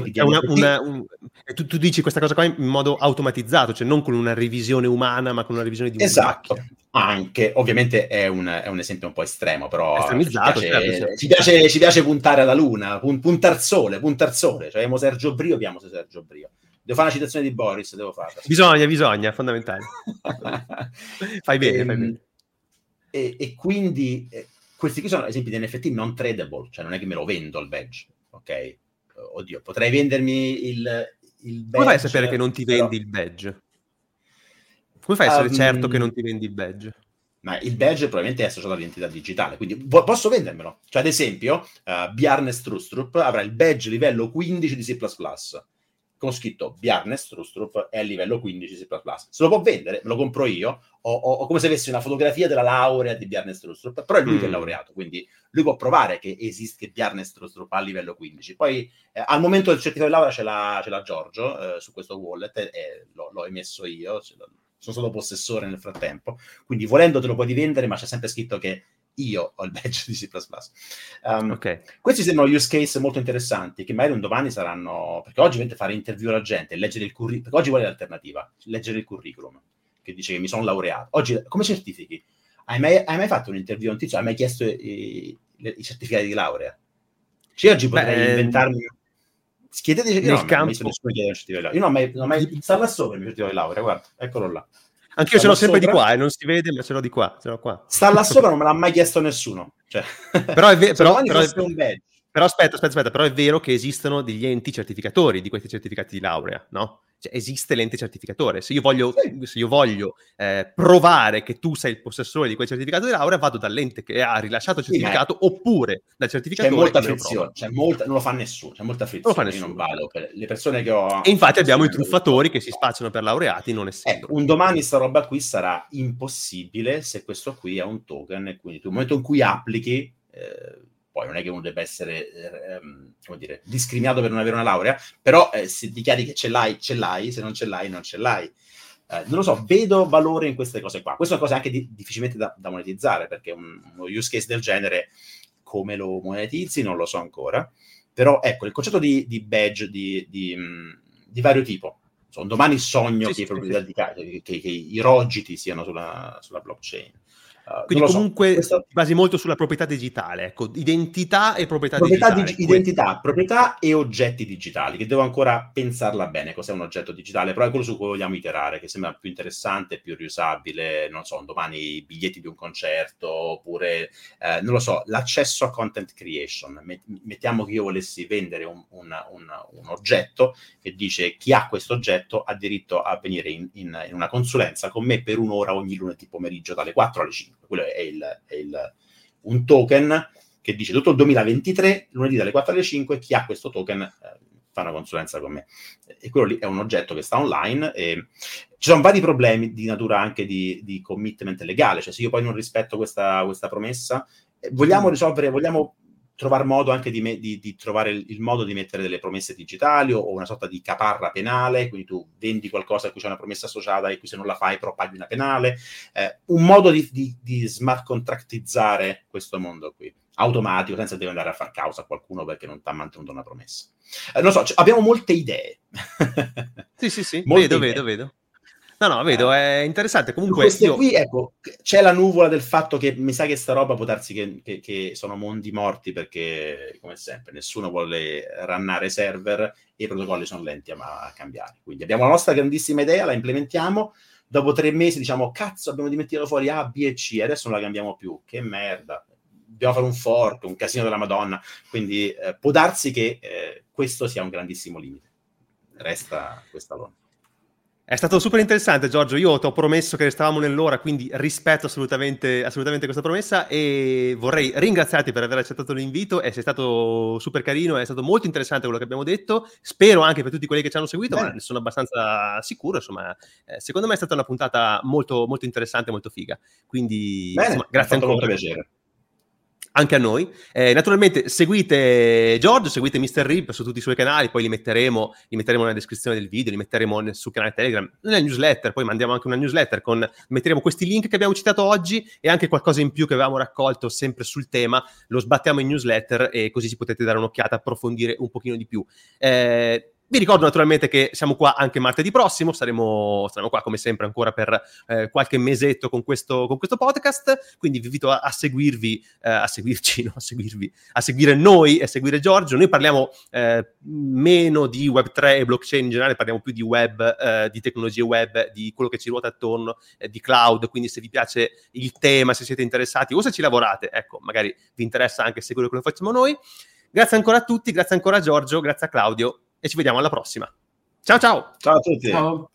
Speaker 1: tu dici questa cosa qua in modo automatizzato, cioè non con una revisione umana ma con una revisione di un
Speaker 3: esatto, anche ovviamente è un esempio un po' estremo, però
Speaker 1: estremizzato,
Speaker 3: ci piace puntare alla luna, puntar sole, cioè abbiamo Sergio Brio, devo fare una citazione di Boris, devo farla.
Speaker 1: Bisogna, fondamentale. Fai bene.
Speaker 3: E quindi questi qui sono esempi di NFT non tradable, cioè non è che me lo vendo il badge, ok? Oddio, potrei vendermi il badge.
Speaker 1: Come fai a sapere che non ti vendi il badge? Come fai a essere certo che non ti vendi il badge?
Speaker 3: Ma il badge probabilmente è associato all'identità digitale, quindi posso vendermelo. Cioè, ad esempio, Bjarne Strustrup avrà il badge livello 15 di C++, con scritto Bjarne Strustrup è livello 15 C++. Se lo può vendere, me lo compro io, o come se avessi una fotografia della laurea di Bjarne Strustrup, però è lui che è laureato, quindi lui può provare che esiste Bjarne Strustrup a livello 15. Poi al momento del certificato di laurea ce l'ha Giorgio su questo wallet, e l'ho emesso io, sono stato possessore nel frattempo, quindi volendo te lo puoi vendere, ma c'è sempre scritto che io ho il badge di C++.
Speaker 1: Okay.
Speaker 3: Questi sembrano use case molto interessanti, che magari un domani saranno... Perché oggi ovviamente fare interview alla gente, leggere il curriculum... Perché oggi qual è l'alternativa? Leggere il curriculum, che dice che mi sono laureato. Oggi, come certifichi? Hai mai fatto un'interview a un tizio? Hai mai chiesto i certificati di laurea? Cioè, oggi potrei inventarmi... Chiedete che non ho visto nessuno chiedere un certificato di laurea. Io non ho mai... Sta là sopra il mio certificato di laurea, guarda, eccolo là.
Speaker 1: Anch'io ce l'ho sempre di qua, non si vede, ma ce l'ho di qua. Ce l'ho qua.
Speaker 3: Sta là sopra, non me l'ha mai chiesto nessuno. Cioè,
Speaker 1: però è vero,
Speaker 3: un badge.
Speaker 1: Però aspetta, però è vero che esistono degli enti certificatori di questi certificati di laurea, no? Cioè, esiste l'ente certificatore. Se io voglio provare che tu sei il possessore di quel certificato di laurea, vado dall'ente che ha rilasciato il certificato, oppure dal certificatore.
Speaker 3: C'è molta frizione, non lo fa nessuno, c'è molta frizione. Io non vado per le persone che ho.
Speaker 1: E infatti abbiamo i truffatori che si spacciano per laureati non essendo.
Speaker 3: Un domani sta roba qui sarà impossibile se questo qui è un token, e quindi tu nel momento in cui applichi, poi non è che uno debba essere come dire, discriminato per non avere una laurea, però se dichiari che ce l'hai, se non ce l'hai, non ce l'hai. Non lo so, vedo valore in queste cose qua. Questa è una cosa anche difficilmente da monetizzare, perché uno use case del genere, come lo monetizzi, non lo so ancora. Però ecco, il concetto di badge di vario tipo. Domani sogno che i rogiti siano sulla blockchain.
Speaker 1: Quindi comunque ti basi molto sulla proprietà digitale, ecco, identità e proprietà digitale.
Speaker 3: Identità, proprietà e oggetti digitali, che devo ancora pensarla bene, cos'è un oggetto digitale, però è quello su cui vogliamo iterare, che sembra più interessante, più riusabile, non so, domani i biglietti di un concerto, oppure, non lo so, l'accesso a content creation. Mettiamo che io volessi vendere un oggetto che dice chi ha questo oggetto ha diritto a venire in una consulenza con me per un'ora ogni lunedì pomeriggio dalle 4 alle 5. Quello è un token che dice tutto il 2023, lunedì dalle 4 alle 5, chi ha questo token fa una consulenza con me. E quello lì è un oggetto che sta online, e ci sono vari problemi di natura anche di commitment legale, cioè se io poi non rispetto questa promessa, vogliamo trovare modo anche di trovare il modo di mettere delle promesse digitali o una sorta di caparra penale, quindi tu vendi qualcosa a cui c'è una promessa associata e qui se non la fai però paghi una penale, un modo di smart contractizzare questo mondo qui, automatico, senza devi andare a far causa a qualcuno perché non ti ha mantenuto una promessa. Non so, abbiamo molte idee.
Speaker 1: Sì, vedo. No, vedo, è interessante. Comunque
Speaker 3: queste qui, ecco, c'è la nuvola del fatto che mi sa che sta roba può darsi che sono mondi morti, perché, come sempre, nessuno vuole runnare server e i protocolli sono lenti a cambiare. Quindi abbiamo la nostra grandissima idea, la implementiamo, dopo 3 mesi diciamo, cazzo, abbiamo dimenticato fuori A, B e C, adesso non la cambiamo più, che merda. Dobbiamo fare un fork, un casino della Madonna. Quindi può darsi che questo sia un grandissimo limite. Resta questa lona.
Speaker 1: È stato super interessante, Giorgio. Io ti ho promesso che restavamo nell'ora, quindi rispetto assolutamente questa promessa, e vorrei ringraziarti per aver accettato l'invito. Sei stato super carino, è stato molto interessante quello che abbiamo detto. Spero anche per tutti quelli che ci hanno seguito, ma ne sono abbastanza sicuro. Insomma, secondo me è stata una puntata molto, molto interessante, molto figa. Quindi, insomma, grazie ancora.
Speaker 3: Molto piacere.
Speaker 1: Anche a noi. Naturalmente seguite Giorgio, seguite Mr. Rip su tutti i suoi canali, poi li metteremo nella descrizione del video, li metteremo sul canale Telegram, nella newsletter, poi mandiamo anche una newsletter metteremo questi link che abbiamo citato oggi e anche qualcosa in più che avevamo raccolto sempre sul tema, lo sbattiamo in newsletter e così ci potete dare un'occhiata, approfondire un pochino di più. Vi ricordo naturalmente che siamo qua anche martedì prossimo, saremo qua come sempre ancora per qualche mesetto con questo podcast, quindi vi invito a seguire noi e a seguire Giorgio. Noi parliamo meno di Web3 e blockchain in generale, parliamo più di web, di tecnologie web, di quello che ci ruota attorno, di cloud, quindi se vi piace il tema, se siete interessati o se ci lavorate, ecco, magari vi interessa anche seguire quello che facciamo noi. Grazie ancora a tutti, grazie ancora a Giorgio, grazie a Claudio. E ci vediamo alla prossima. Ciao ciao!
Speaker 3: Ciao a tutti!
Speaker 2: Ciao!